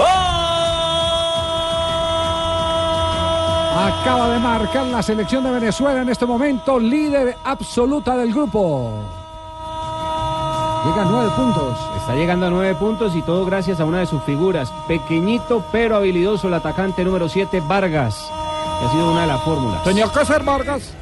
Acaba de marcar la selección de Venezuela en este momento, líder absoluta del grupo. Llega a 9 puntos. Está llegando a 9 puntos y todo gracias a una de sus figuras. Pequeñito pero habilidoso, el atacante número 7, Vargas. Que ha sido una de las fórmulas. Tenía que ser Vargas.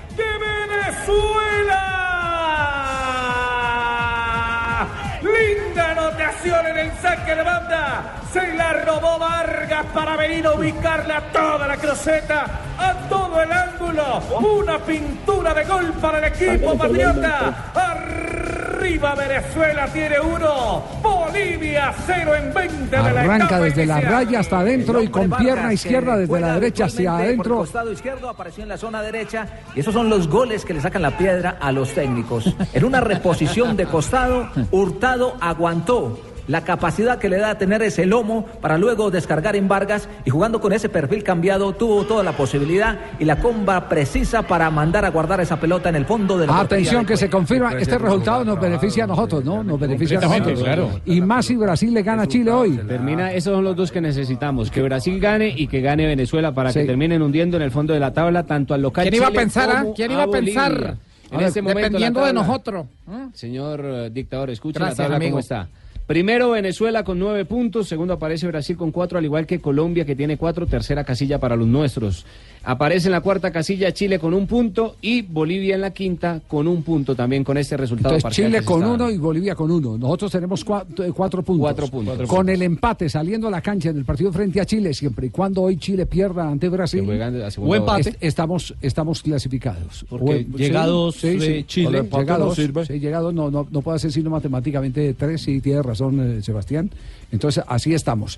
Linda anotación en el saque de banda. Se la robó Vargas para venir a ubicarle a toda la cruceta, a todo el ángulo. Una pintura de gol para el equipo patriota. Arriba Venezuela tiene 1, Bolivia 0 en 20 de la Arranca etapa desde la inicial. raya hasta adentro y con pierna izquierda desde la derecha hacia Por el adentro. costado izquierdo apareció en la zona derecha y esos son los goles que le sacan la piedra a los técnicos. En una reposición de costado, Hurtado aguantó. La capacidad que le da a tener ese lomo para luego descargar en Vargas y jugando con ese perfil cambiado tuvo toda la posibilidad y la comba precisa para mandar a guardar esa pelota en el fondo de la Atención portería. que se confirma, este resultado nos beneficia a nosotros, ¿no? Nos beneficia a nosotros. Claro. Y más si Brasil le gana a Chile hoy. Termina, esos son los dos que necesitamos, que Brasil gane y que gane Venezuela para Sí. que terminen hundiendo en el fondo de la tabla tanto al local ¿Quién iba a Chile pensar, como ¿Quién iba a Bolivia. pensar? En este momento Dependiendo la de tabla. nosotros. Señor dictador, escucha Gracias, la tabla amigo. cómo está. Primero Venezuela con 9 puntos, segundo aparece Brasil con 4, al igual que Colombia que tiene 4, tercera casilla para los nuestros. Aparece en la cuarta casilla Chile con 1 punto y Bolivia en la quinta con 1 punto también con este resultado Entonces parcial Chile que se con está 1 dando. y Bolivia con 1. Nosotros tenemos 4 puntos. 4 puntos. Con el empate saliendo a la cancha en el partido frente a Chile, siempre y cuando hoy Chile pierda ante Brasil, Que juegan a segunda O empate. estamos clasificados. Porque llegados Chile, llegados, no sirve. sí, llegados no puede ser sino matemáticamente 3, sí, tiene razón Sebastián. Entonces así estamos.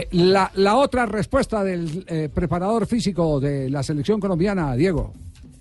La otra respuesta del preparador físico de la selección colombiana, Diego.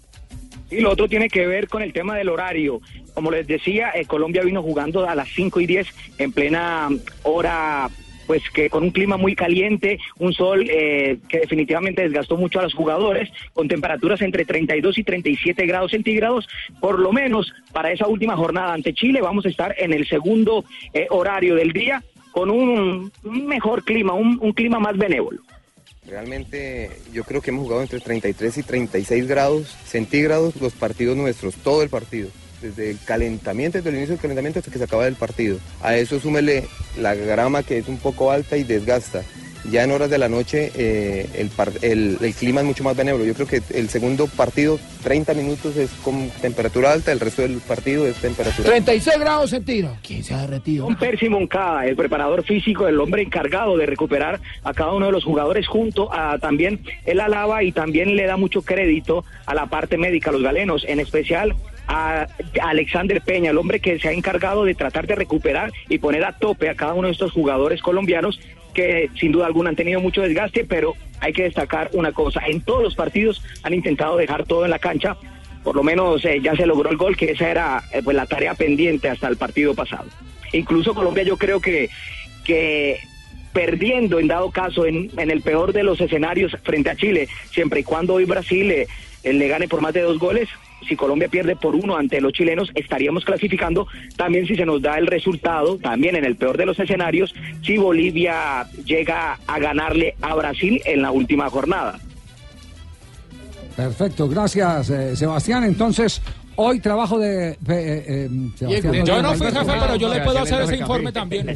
Y lo otro tiene que ver con el tema del horario. Como les decía, Colombia vino jugando a las 5:10 en plena hora, pues que con un clima muy caliente, un sol que definitivamente desgastó mucho a los jugadores, con temperaturas entre 32 y 37 grados centígrados. Por lo menos para esa última jornada ante Chile vamos a estar en el segundo horario del día con un mejor clima, un clima más benévolo. Realmente yo creo que hemos jugado entre 33 y 36 grados centígrados los partidos nuestros, todo el partido. Desde el calentamiento, desde el inicio del calentamiento hasta que se acaba el partido. A eso súmele la grama que es un poco alta y desgasta. ya en horas de la noche el clima es mucho más benévolo. Yo creo que el segundo partido, 30 minutos es con temperatura alta, el resto del partido es temperatura 36 grados centígrados. ¿Quién se ha derretido? Don Percy Moncada, el preparador físico, el hombre encargado de recuperar a cada uno de los jugadores, junto a también él alaba y también le da mucho crédito a la parte médica, a los galenos, en especial a Alexander Peña, el hombre que se ha encargado de tratar de recuperar y poner a tope a cada uno de estos jugadores colombianos que sin duda alguna han tenido mucho desgaste, pero hay que destacar una cosa: en todos los partidos han intentado dejar todo en la cancha. Por lo menos ya se logró el gol, que esa era pues la tarea pendiente hasta el partido pasado. Incluso Colombia, yo creo que perdiendo en dado caso en el peor de los escenarios frente a Chile, siempre y cuando hoy Brasil le gane por más de 2 goles, si Colombia pierde por 1 ante los chilenos, estaríamos clasificando. También si se nos da el resultado, también en el peor de los escenarios, si Bolivia llega a ganarle a Brasil en la última jornada. Perfecto, gracias Sebastián. Entonces, hoy trabajo de... yo no fui jefe, pero yo le puedo hacer ese informe también.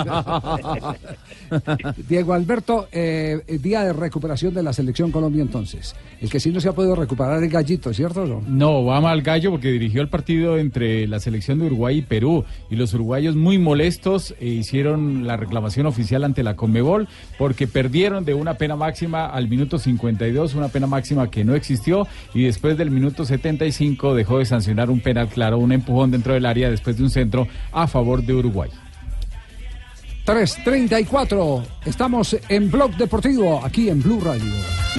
Diego Alberto, día de recuperación de la selección Colombia entonces. El que sí no se ha podido recuperar es Gallito, ¿cierto o no? No, va mal Gallo porque dirigió el partido entre la selección de Uruguay y Perú. Y los uruguayos muy molestos hicieron la reclamación oficial ante la Conmebol porque perdieron de una pena máxima al minuto 52, una pena máxima que no existió, y después del minuto 75 dejó de sancionar un penal claro, un empujón dentro del área después de un centro a favor de Uruguay. 3:34, estamos en Blog Deportivo, aquí en Blue Radio.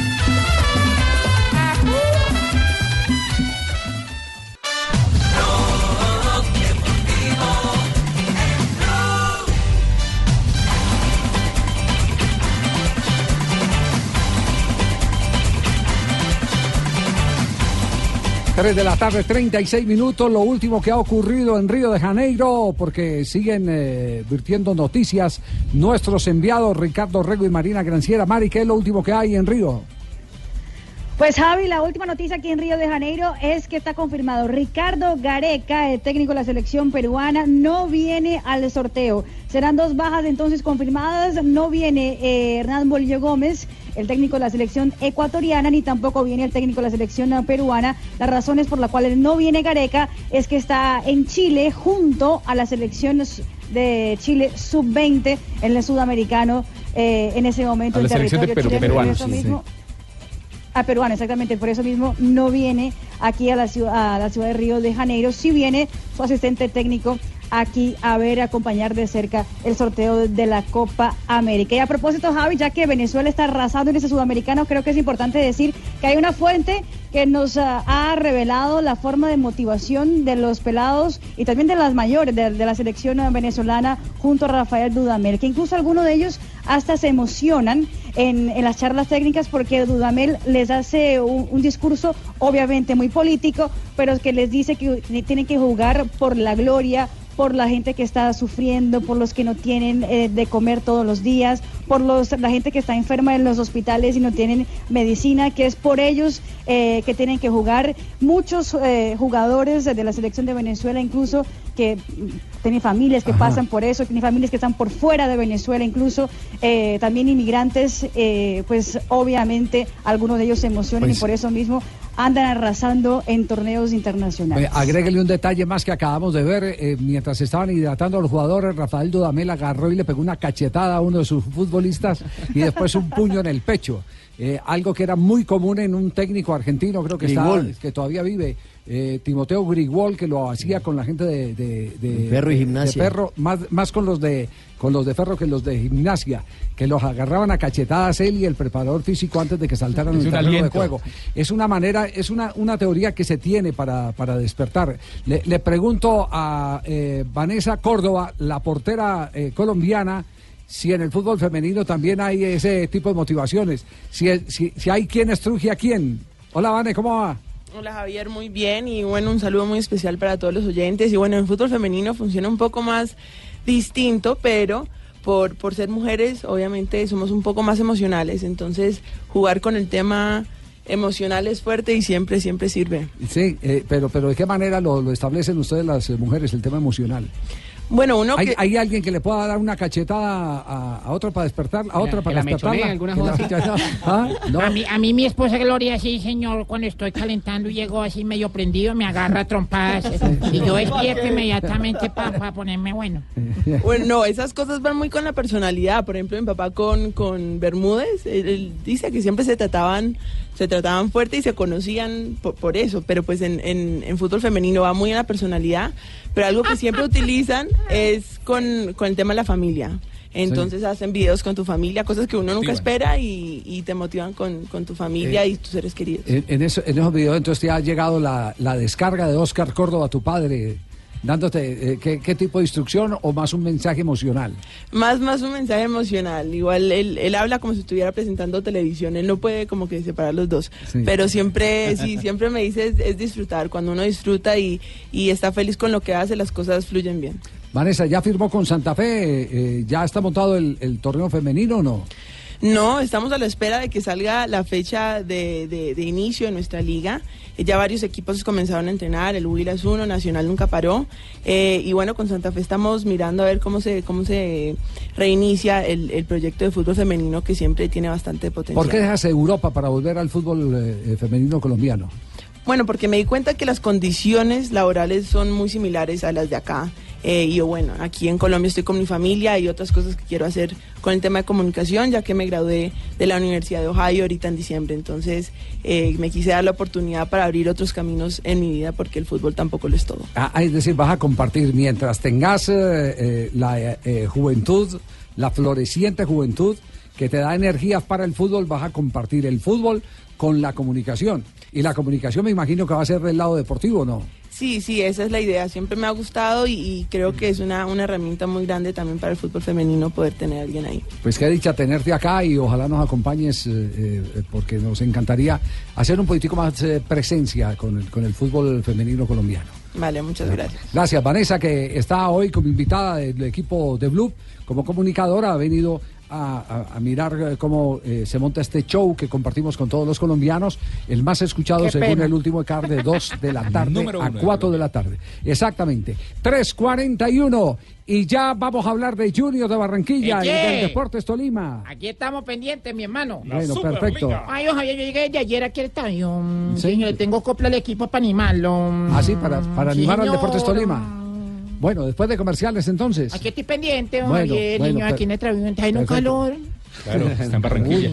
Tres de la tarde, 36 minutos, lo último que ha ocurrido en Río de Janeiro, porque siguen virtiendo noticias nuestros enviados Ricardo Rego y Marina Granciera. Mari, ¿qué es lo último que hay en Río? Pues Javi, la última noticia aquí en Río de Janeiro es que está confirmado. Ricardo Gareca, el técnico de la selección peruana, no viene al sorteo. Serán 2 bajas entonces confirmadas. No viene Hernán Bolillo Gómez, el técnico de la selección ecuatoriana, ni tampoco viene el técnico de la selección peruana. Las razones por las cuales no viene Gareca es que está en Chile junto a la selección de Chile sub-20 en el sudamericano en ese momento. A la selección de Perú, peruana. A peruano, exactamente, por eso mismo no viene aquí a la ciudad de Río de Janeiro. Sí viene su asistente técnico aquí a acompañar de cerca el sorteo de la Copa América. Y a propósito, Javi, ya que Venezuela está arrasando en ese sudamericano, creo que es importante decir que hay una fuente que nos ha revelado la forma de motivación de los pelados y también de las mayores de la selección venezolana junto a Rafael Dudamel, que incluso algunos de ellos hasta se emocionan en las charlas técnicas porque Dudamel les hace un discurso obviamente muy político, pero que les dice que tienen que jugar por la gloria, por la gente que está sufriendo, por los que no tienen de comer todos los días, por la gente que está enferma en los hospitales y no tienen medicina, que es por ellos que tienen que jugar. Muchos jugadores de la selección de Venezuela incluso que tienen familias que pasan por eso, tienen familias que están por fuera de Venezuela incluso, también inmigrantes, pues obviamente algunos de ellos se emocionan y por eso mismo andan arrasando en torneos internacionales. Agréguele un detalle más que acabamos de ver. Mientras estaban hidratando a los jugadores, Rafael Dudamel agarró y le pegó una cachetada a uno de sus futbolistas y después un puño en el pecho. Algo que era muy común en un técnico argentino, creo que que todavía vive, Timoteo Grigol, que lo hacía con la gente de Ferro y Gimnasia. De Ferro, más con los de Ferro que los de Gimnasia, que los agarraban a cachetadas él y el preparador físico antes de que saltaran el terreno de juego. Es una manera, es una teoría que se tiene para despertar. Le pregunto a Vanessa Córdoba, la portera colombiana, si en el fútbol femenino también hay ese tipo de motivaciones, si hay quien estruje a quién. Hola, Vane, ¿cómo va? Hola, Javier, muy bien, y bueno, un saludo muy especial para todos los oyentes. Y bueno, en el fútbol femenino funciona un poco más distinto, pero por ser mujeres, obviamente somos un poco más emocionales, entonces jugar con el tema emocional es fuerte y siempre sirve. Sí, pero ¿de qué manera lo establecen ustedes las mujeres, el tema emocional? Bueno, ¿Hay alguien que le pueda dar una cachetada a otro para despertar, a otra para despertarla? ¿No? A mí mi esposa Gloria, sí, señor, cuando estoy calentando y llego así medio prendido, me agarra a trompadas y yo despierto inmediatamente para ponerme bueno. Bueno, no, esas cosas van muy con la personalidad. Por ejemplo, mi papá con Bermúdez, él dice que siempre se trataban fuerte y se conocían por eso, pero pues en fútbol femenino va muy en la personalidad, pero algo que siempre utilizan es con el tema de la familia. Entonces hacen videos con tu familia, cosas que uno nunca espera y te motivan con tu familia y tus seres queridos. En esos videos entonces te ha llegado la descarga de Oscar Córdoba, tu padre, dándote qué tipo de instrucción o más un mensaje emocional. Más un mensaje emocional. Igual él habla como si estuviera presentando televisión, él no puede como que separar los dos, pero siempre me dice es disfrutar. Cuando uno disfruta y está feliz con lo que hace, las cosas fluyen bien. Vanessa, ¿ya firmó con Santa Fe? ¿Ya está montado el torneo femenino o no? No, estamos a la espera de que salga la fecha de inicio de nuestra liga. Ya varios equipos comenzaron a entrenar, el Huilas 1, Nacional nunca paró. Y bueno, con Santa Fe estamos mirando a ver cómo se reinicia el proyecto de fútbol femenino, que siempre tiene bastante potencial. ¿Por qué dejas Europa para volver al fútbol femenino colombiano? Bueno, porque me di cuenta que las condiciones laborales son muy similares a las de acá. Y yo, bueno, aquí en Colombia estoy con mi familia y otras cosas que quiero hacer con el tema de comunicación, ya que me gradué de la Universidad de Ohio ahorita en diciembre. Entonces me quise dar la oportunidad para abrir otros caminos en mi vida, porque el fútbol tampoco lo es todo. Es decir, vas a compartir mientras tengas la juventud, la floreciente juventud que te da energías para el fútbol, vas a compartir el fútbol con la comunicación. Y la comunicación me imagino que va a ser del lado deportivo, ¿no? Sí, esa es la idea. Siempre me ha gustado y creo que es una herramienta muy grande también para el fútbol femenino poder tener a alguien ahí. Pues qué dicha tenerte acá y ojalá nos acompañes porque nos encantaría hacer un poquitico más presencia con el fútbol femenino colombiano. Vale, muchas gracias. Gracias, Vanessa, que está hoy como invitada del equipo de Blue, como comunicadora, ha venido a mirar cómo se monta este show que compartimos con todos los colombianos, el más escuchado según el último card de 2 de la tarde a 4 de la tarde. Exactamente. 3:41 y ya vamos a hablar de Junior de Barranquilla y del Deportes Tolima. Aquí estamos pendientes, mi hermano. Bueno, perfecto. Ay, ojalá, yo llegué de ayer aquí al estadio. Sí, le tengo copla al equipo para animarlo. Ah, sí, para animar al Deportes Tolima. Bueno, después de comerciales, entonces. Aquí estoy pendiente, oye, niño, aquí en el trabajo está en un calor. Claro, está en Barranquilla.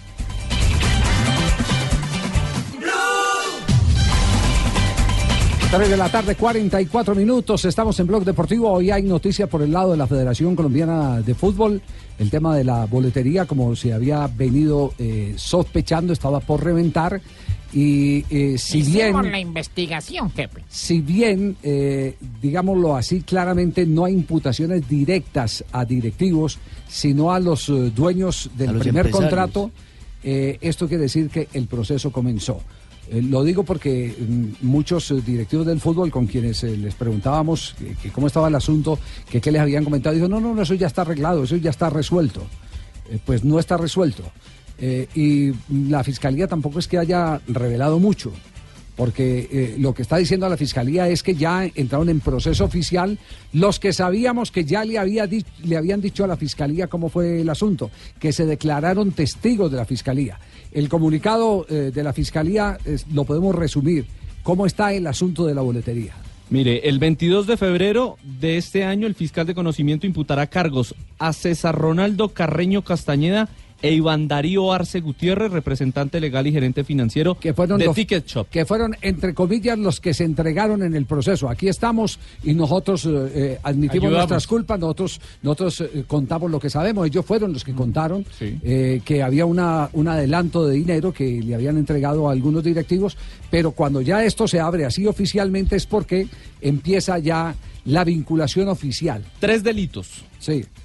3 de la tarde, 44 minutos. Estamos en Blog Deportivo. Hoy hay noticias por el lado de la Federación Colombiana de Fútbol. El tema de la boletería, como se había venido sospechando, estaba por reventar. Y si bien la investigación, jefe. Si bien, digámoslo así claramente, no hay imputaciones directas a directivos, sino a los dueños del primer contrato, esto quiere decir que el proceso comenzó. Lo digo porque muchos directivos del fútbol con quienes les preguntábamos que cómo estaba el asunto, que qué les habían comentado, dijo, no, eso ya está arreglado, eso ya está resuelto. Pues no está resuelto. Y la Fiscalía tampoco es que haya revelado mucho, porque lo que está diciendo la Fiscalía es que ya entraron en proceso oficial los que sabíamos que ya le habían dicho a la Fiscalía cómo fue el asunto, que se declararon testigos de la Fiscalía. El comunicado de la Fiscalía lo podemos resumir. ¿Cómo está el asunto de la boletería? Mire, el 22 de febrero de este año el fiscal de conocimiento imputará cargos a César Ronaldo Carreño Castañeda e Iván Darío Arce Gutiérrez, representante legal y gerente financiero de Ticket Shop. Que fueron, entre comillas, los que se entregaron en el proceso. Aquí estamos y nosotros admitimos nuestras culpas, nosotros contamos lo que sabemos. Ellos fueron los que contaron que había un adelanto de dinero que le habían entregado a algunos directivos, pero cuando ya esto se abre así oficialmente es porque empieza ya la vinculación oficial. 3 delitos. Sí.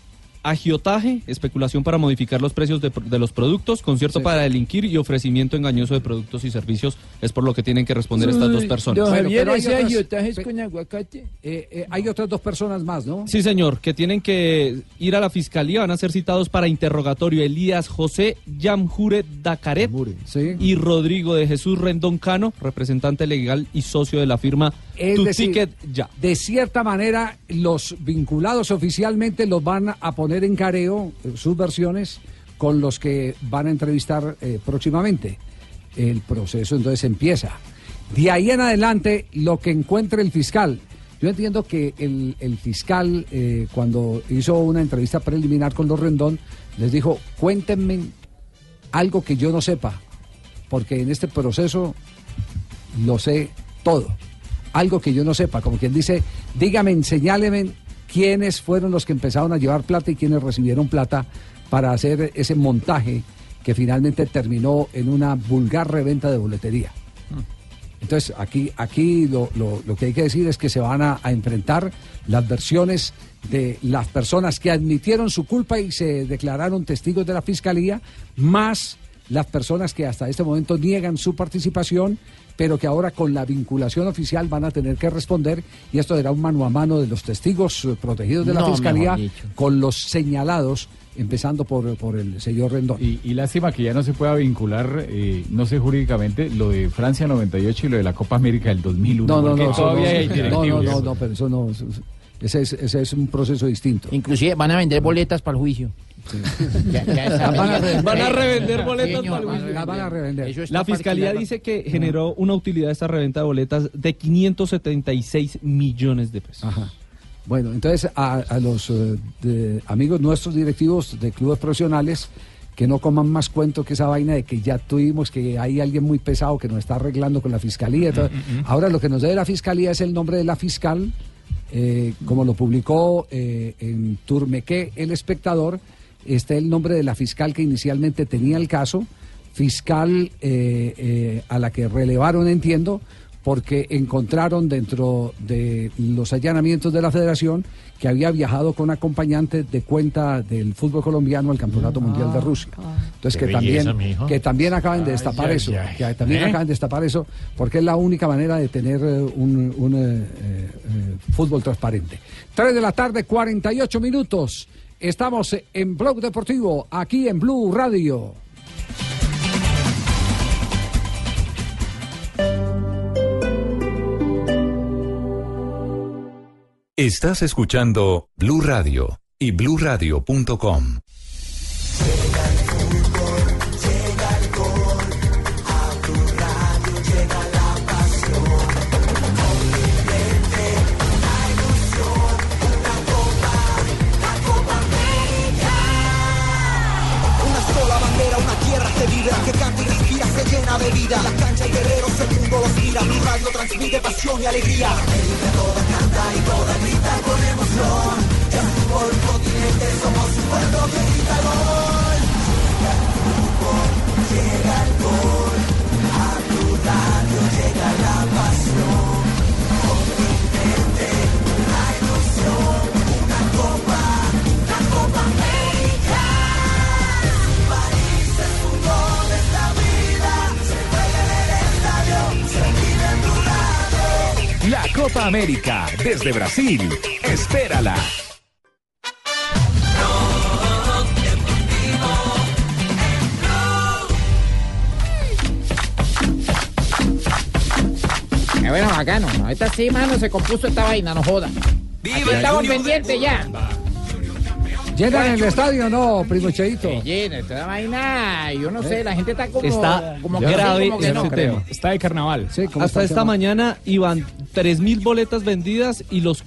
agiotaje, especulación para modificar los precios de los productos, concierto para delinquir y ofrecimiento engañoso de productos y servicios. Es por lo que tienen que responder estas dos personas. Don Javier, pero hay ¿ese otras- agiotaje es con aguacate? Hay otras dos personas más, ¿no? Sí, señor, que tienen que ir a la fiscalía, van a ser citados para interrogatorio Elías José Yamjure Dacaret y Rodrigo de Jesús Rendón Cano, representante legal y socio de la firma Es Tu decir, Ticket Ya. de cierta manera, los vinculados oficialmente los van a poner en careo sus versiones con los que van a entrevistar próximamente. El proceso entonces empieza. De ahí en adelante, lo que encuentre el fiscal. Yo entiendo que el fiscal, cuando hizo una entrevista preliminar con los Rendón, les dijo, cuéntenme algo que yo no sepa, porque en este proceso lo sé todo. Algo que yo no sepa, como quien dice, dígame, señáleme quiénes fueron los que empezaron a llevar plata y quiénes recibieron plata para hacer ese montaje que finalmente terminó en una vulgar reventa de boletería. Entonces, aquí lo que hay que decir es que se van a enfrentar las versiones de las personas que admitieron su culpa y se declararon testigos de la Fiscalía, más las personas que hasta este momento niegan su participación, pero que ahora con la vinculación oficial van a tener que responder, y esto será un mano a mano de los testigos protegidos de la Fiscalía con los señalados, empezando por el señor Rendón. Y lástima que ya no se pueda vincular, no sé jurídicamente, lo de Francia 98 y lo de la Copa América del 2001. No, pero eso no. Ese es un proceso distinto. Inclusive van a vender boletas para el juicio. Sí. Van a revender boletas Señor, para el juicio. Van a revender. La Fiscalía dice que generó una utilidad de esta reventa de boletas de 576 millones de pesos. Ajá. Bueno, entonces a los amigos nuestros directivos de clubes profesionales que no coman más cuento que esa vaina de que ya tuvimos, que hay alguien muy pesado que nos está arreglando con la Fiscalía. Ahora lo que nos debe la Fiscalía es el nombre de la fiscal, como lo publicó en Turmequé El Espectador, está el nombre de la fiscal que inicialmente tenía el caso, fiscal a la que relevaron, entiendo, porque encontraron dentro de los allanamientos de la Federación que había viajado con acompañante de cuenta del fútbol colombiano al Campeonato Mundial de Rusia. Entonces que también acaban de destapar eso, que también acaban de destapar eso, porque es la única manera de tener un fútbol transparente. 3 de la tarde, 48 minutos. Estamos en Blog Deportivo, aquí en Blue Radio. Estás escuchando Blue Radio y bluradio.com. Que vibra, que canta y respira, se llena de vida. La cancha y guerreros, el mundo los mira. Mi radio transmite pasión y alegría. América toda canta y toda grita con emoción. Ya fútbol continente, somos un pueblo que grita gol. Llega el fútbol, llega el gol. A tu radio llega la pasión. Continente, una ilusión, una Copa América. La Copa América desde Brasil. Espérala. Bueno, bacano. Esta sí, mano, se compuso esta vaina, no joda. Aquí estamos pendientes ya. ¿Llenan el estadio o no, primo Cheito? Llena, esta vaina, yo no sé, la gente está como... Está como grave como que ese no. tema. Está de carnaval. Sí, hasta esta mañana iban 3.000 boletas vendidas y los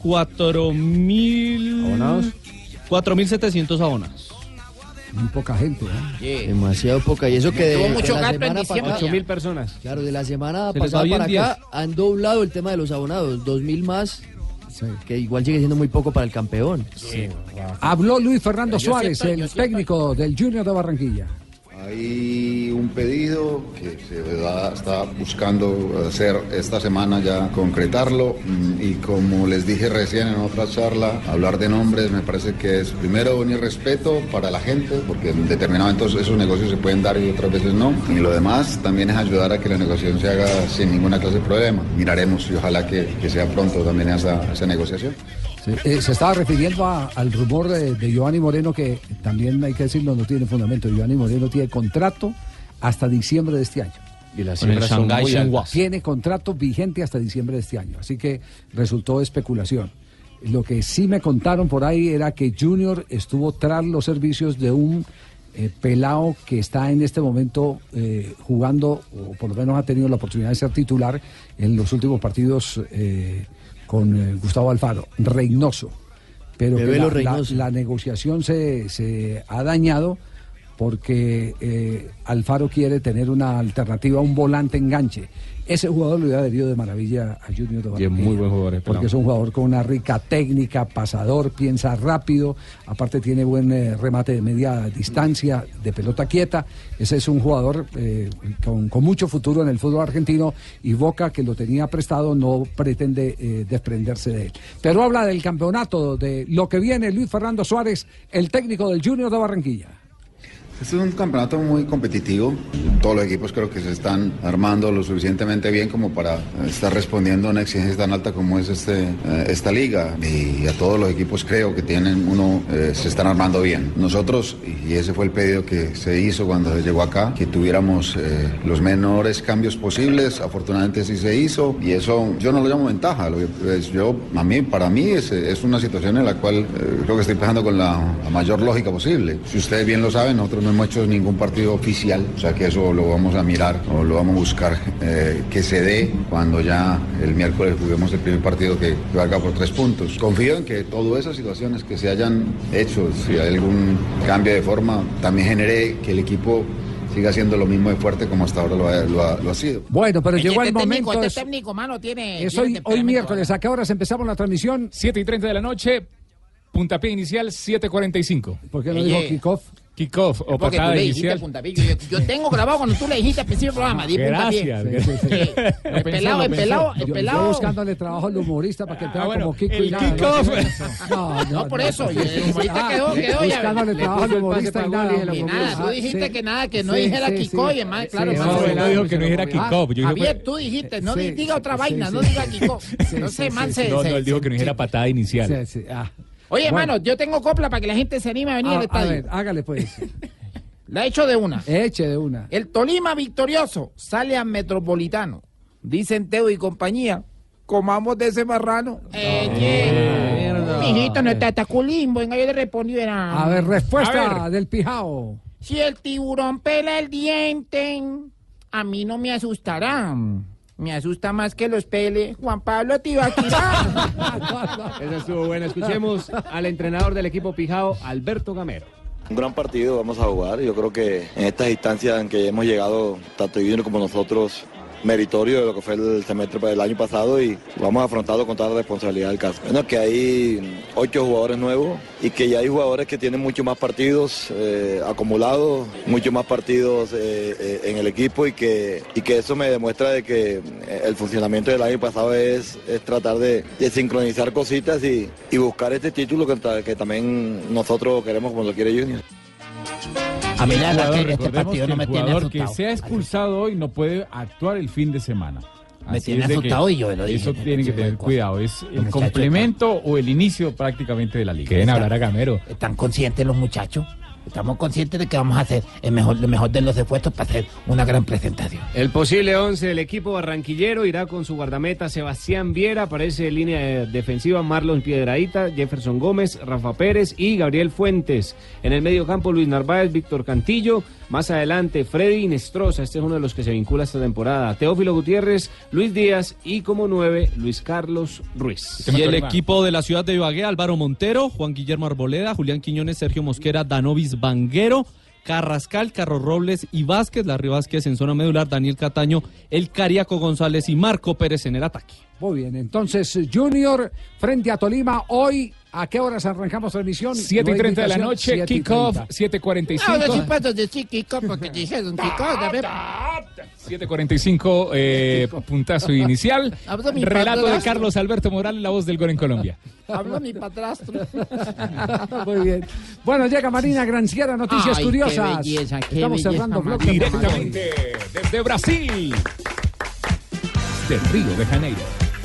4.700 abonados. Muy poca gente, Demasiado poca. Y eso que Tuvo de mucho la gasto en semana diciembre. pasada- 8.000 personas. Claro, de la semana Se les pasada va bien para 10. acá han doblado el tema de los abonados, 2.000 más, que igual sigue siendo muy poco para el campeón. Habló Luis Fernando Yo Suárez, siento- el yo siento- técnico del Junior de Barranquilla. Hay un pedido que se está buscando hacer esta semana ya, concretarlo, y como les dije recién en otra charla, hablar de nombres me parece que es primero un irrespeto para la gente, porque en determinados momentos esos negocios se pueden dar y otras veces no, y lo demás también es ayudar a que la negociación se haga sin ninguna clase de problema. Miraremos y ojalá que sea pronto también esa negociación. Se estaba refiriendo al rumor de Giovanni Moreno, que también hay que decirlo, no tiene fundamento. Giovanni Moreno tiene contrato hasta diciembre de este año. Y las cifras son muy altas. Tiene contrato vigente hasta diciembre de este año, así que resultó especulación. Lo que sí me contaron por ahí era que Junior estuvo tras los servicios de un pelao que está en este momento jugando, o por lo menos ha tenido la oportunidad de ser titular en los últimos partidos con Gustavo Alfaro, Reynoso, pero que la negociación se ha dañado porque Alfaro quiere tener una alternativa, un volante enganche. Ese jugador le hubiera adherido de maravilla a Junior de Barranquilla. Y es muy buen jugador. Porque es un jugador con una rica técnica, pasador, piensa rápido, aparte tiene buen remate de media distancia, de pelota quieta. Ese es un jugador con mucho futuro en el fútbol argentino, y Boca, que lo tenía prestado, no pretende desprenderse de él. Pero habla del campeonato, de lo que viene Luis Fernando Suárez, el técnico del Junior de Barranquilla. Este es un campeonato muy competitivo. Todos los equipos creo que se están armando lo suficientemente bien como para estar respondiendo a una exigencia tan alta como es esta liga. Y a todos los equipos creo que tienen se están armando bien. Nosotros, y ese fue el pedido que se hizo cuando se llegó acá, que tuviéramos los menores cambios posibles. Afortunadamente sí se hizo, y eso yo no lo llamo ventaja. Para mí es una situación en la cual creo que estoy empezando con la mayor lógica posible. Si ustedes bien lo saben, nosotros no hemos hecho ningún partido oficial, o sea que eso lo vamos a mirar o lo vamos a buscar que se dé cuando ya el miércoles juguemos el primer partido que valga por 3 puntos. Confío en que todas esas situaciones que se hayan hecho, si hay algún cambio de forma, también genere que el equipo siga siendo lo mismo de fuerte como hasta ahora lo ha sido. Bueno, pero llegó el momento. Este técnico, mano, tiene. Es hoy miércoles. ¿A qué horas empezamos la transmisión? 7:30 de la noche. Puntapié inicial 7:45. ¿Por qué no dijo kickoff? Kickoff o patada inicial. Yo tengo grabado cuando tú le dijiste al principio del programa. Gracias. El pelado. Yo buscándole trabajo al humorista para que entrara como Kiko y nada. Kickoff. No, por eso. El humorista quedó ya. Buscándole trabajo al humorista y nada. Tú dijiste que no dijera Kiko, y además, claro. No dijo que no dijera Kickoff. Javier, tú dijiste, no diga otra vaina, no diga Kiko. No sé, man. No, él dijo que no dijera patada inicial. Oye, hermano, yo tengo copla para que la gente se anime a venir al estadio. A ver, hágale pues. La echo de una. Eche de una. El Tolima victorioso sale al Metropolitano. Dicen Teo y compañía, comamos de ese marrano. Mijito, no está taculimbo. Venga, yo le respondí. A ver, respuesta del Pijao. Si el tiburón pela el diente, a mí no me asustará. Me asusta más que los pele Juan Pablo Tibaquirá. Esa estuvo buena. Escuchemos al entrenador del equipo Pijao, Alberto Gamero. Un gran partido vamos a jugar. Yo creo que en estas instancias en que hemos llegado, tanto Junior como nosotros, meritorio de lo que fue el semestre del año pasado, y vamos a afrontarlo con toda la responsabilidad del caso. Bueno, que hay 8 jugadores nuevos y que ya hay jugadores que tienen mucho más partidos acumulados, mucho más partidos en el equipo, y que eso me demuestra de que el funcionamiento del año pasado es tratar de sincronizar cositas y buscar este título que también nosotros queremos como lo quiere Junior. A mí la verdad que este partido no me tiene asustado. El jugador que sea expulsado hoy no puede actuar el fin de semana. Me tiene asustado y yo lo dije. Eso tiene que tener cuidado. Es el complemento o el inicio prácticamente de la liga. Quieren hablar a Gamero. ¿Están conscientes los muchachos? Estamos conscientes de que vamos a hacer el mejor de los esfuerzos para hacer una gran presentación. El posible 11 del equipo barranquillero irá con su guardameta Sebastián Viera, aparece en línea defensiva Marlon Piedrahita, Jefferson Gómez, Rafa Pérez y Gabriel Fuentes. En el medio campo Luis Narváez, Víctor Cantillo, más adelante Freddy Nestroza, este es uno de los que se vincula esta temporada, Teófilo Gutiérrez, Luis Díaz y como 9 Luis Carlos Ruiz. Y el equipo de la ciudad de Ibagué, Álvaro Montero, Juan Guillermo Arboleda, Julián Quiñones, Sergio Mosquera, Danovis Vanguero, Carrascal, Carlos Robles y Vázquez, Larry Vázquez en zona medular, Daniel Cataño, El Cariaco González y Marco Pérez en el ataque. Muy bien, entonces Junior frente a Tolima hoy ¿A qué horas arrancamos transmisión? 7:30 de la noche, kickoff, 7:45. Ahora sí puedo decir kickoff porque dijeron kickoff. 7:45, puntazo inicial. Relato de Carlos Alberto Morales, la voz del gol en Colombia. Habló mi padrastro. Muy bien. Bueno, llega Marina Granciera, noticias curiosas. Qué belleza, qué Estamos belleza, cerrando Blog Directamente desde Brasil, de Río de Janeiro.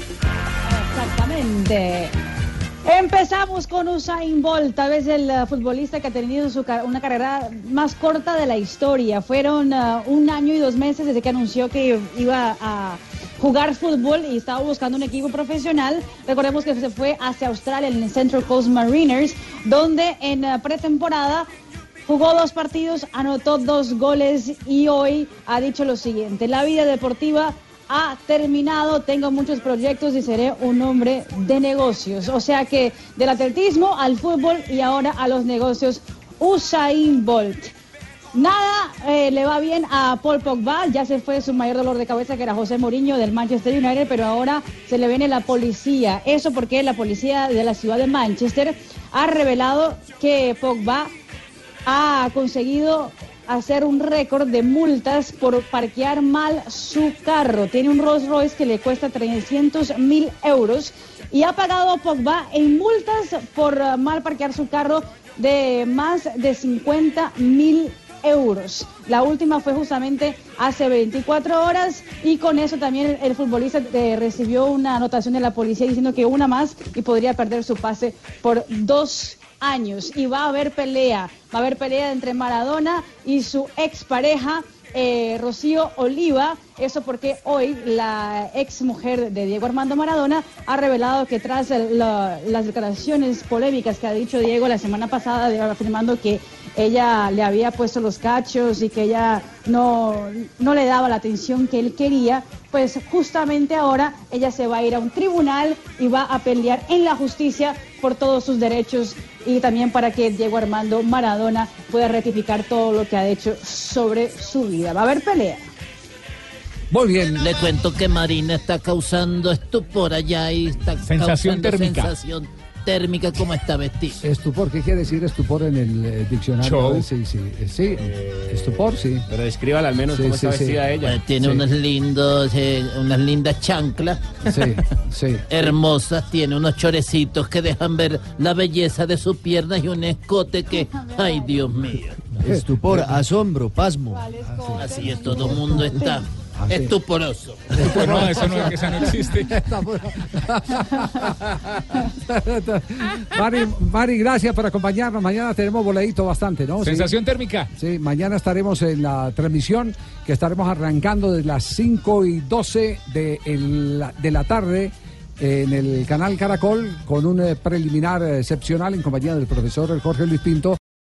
Exactamente. Empezamos con Usain Bolt, tal vez el futbolista que ha tenido una carrera más corta de la historia. Fueron 1 año y 2 meses desde que anunció que iba a jugar fútbol y estaba buscando un equipo profesional. Recordemos que se fue hacia Australia en el Central Coast Mariners, donde en pretemporada jugó 2 partidos, anotó 2 goles y hoy ha dicho lo siguiente: la vida deportiva ha terminado, tengo muchos proyectos y seré un hombre de negocios. O sea que del atletismo al fútbol y ahora a los negocios, Usain Bolt. Nada le va bien a Paul Pogba, ya se fue su mayor dolor de cabeza, que era José Mourinho del Manchester United, pero ahora se le viene la policía. Eso porque la policía de la ciudad de Manchester ha revelado que Pogba ha conseguido hacer un récord de multas por parquear mal su carro. Tiene un Rolls Royce que le cuesta 300.000 euros y ha pagado a Pogba en multas por mal parquear su carro de más de 50.000 euros. La última fue justamente hace 24 horas y con eso también el futbolista recibió una anotación de la policía diciendo que una más y podría perder su pase por 2 años. Y va a haber pelea entre Maradona y su expareja Rocío Oliva. Eso porque hoy la ex mujer de Diego Armando Maradona ha revelado que tras las declaraciones polémicas que ha dicho Diego la semana pasada, afirmando que ella le había puesto los cachos y que ella no le daba la atención que él quería, pues justamente ahora ella se va a ir a un tribunal y va a pelear en la justicia por todos sus derechos y también para que Diego Armando Maradona pueda rectificar todo lo que ha hecho sobre su vida. Va a haber pelea. Muy bien. Le cuento que Marina está causando estupor allá y está sensación causando térmica. Sensación térmica como está vestida. Estupor, ¿qué quiere decir estupor en el diccionario? Show. Sí, estupor, sí. Pero descríbala al menos cómo está vestida ella. Pues tiene unas lindas chanclas. Sí. Hermosas, tiene unos chorecitos que dejan ver la belleza de sus piernas y un escote que, ay Dios mío. Estupor, asombro, pasmo. Así es, todo el mundo está estuporoso. Pues no, esa no existe. Mari, gracias por acompañarnos. Mañana tenemos voladito bastante, ¿no? Sensación térmica. Sí, mañana estaremos en la transmisión que estaremos arrancando desde las 5:12 de la tarde en el canal Caracol con un preliminar excepcional en compañía del profesor Jorge Luis Pinto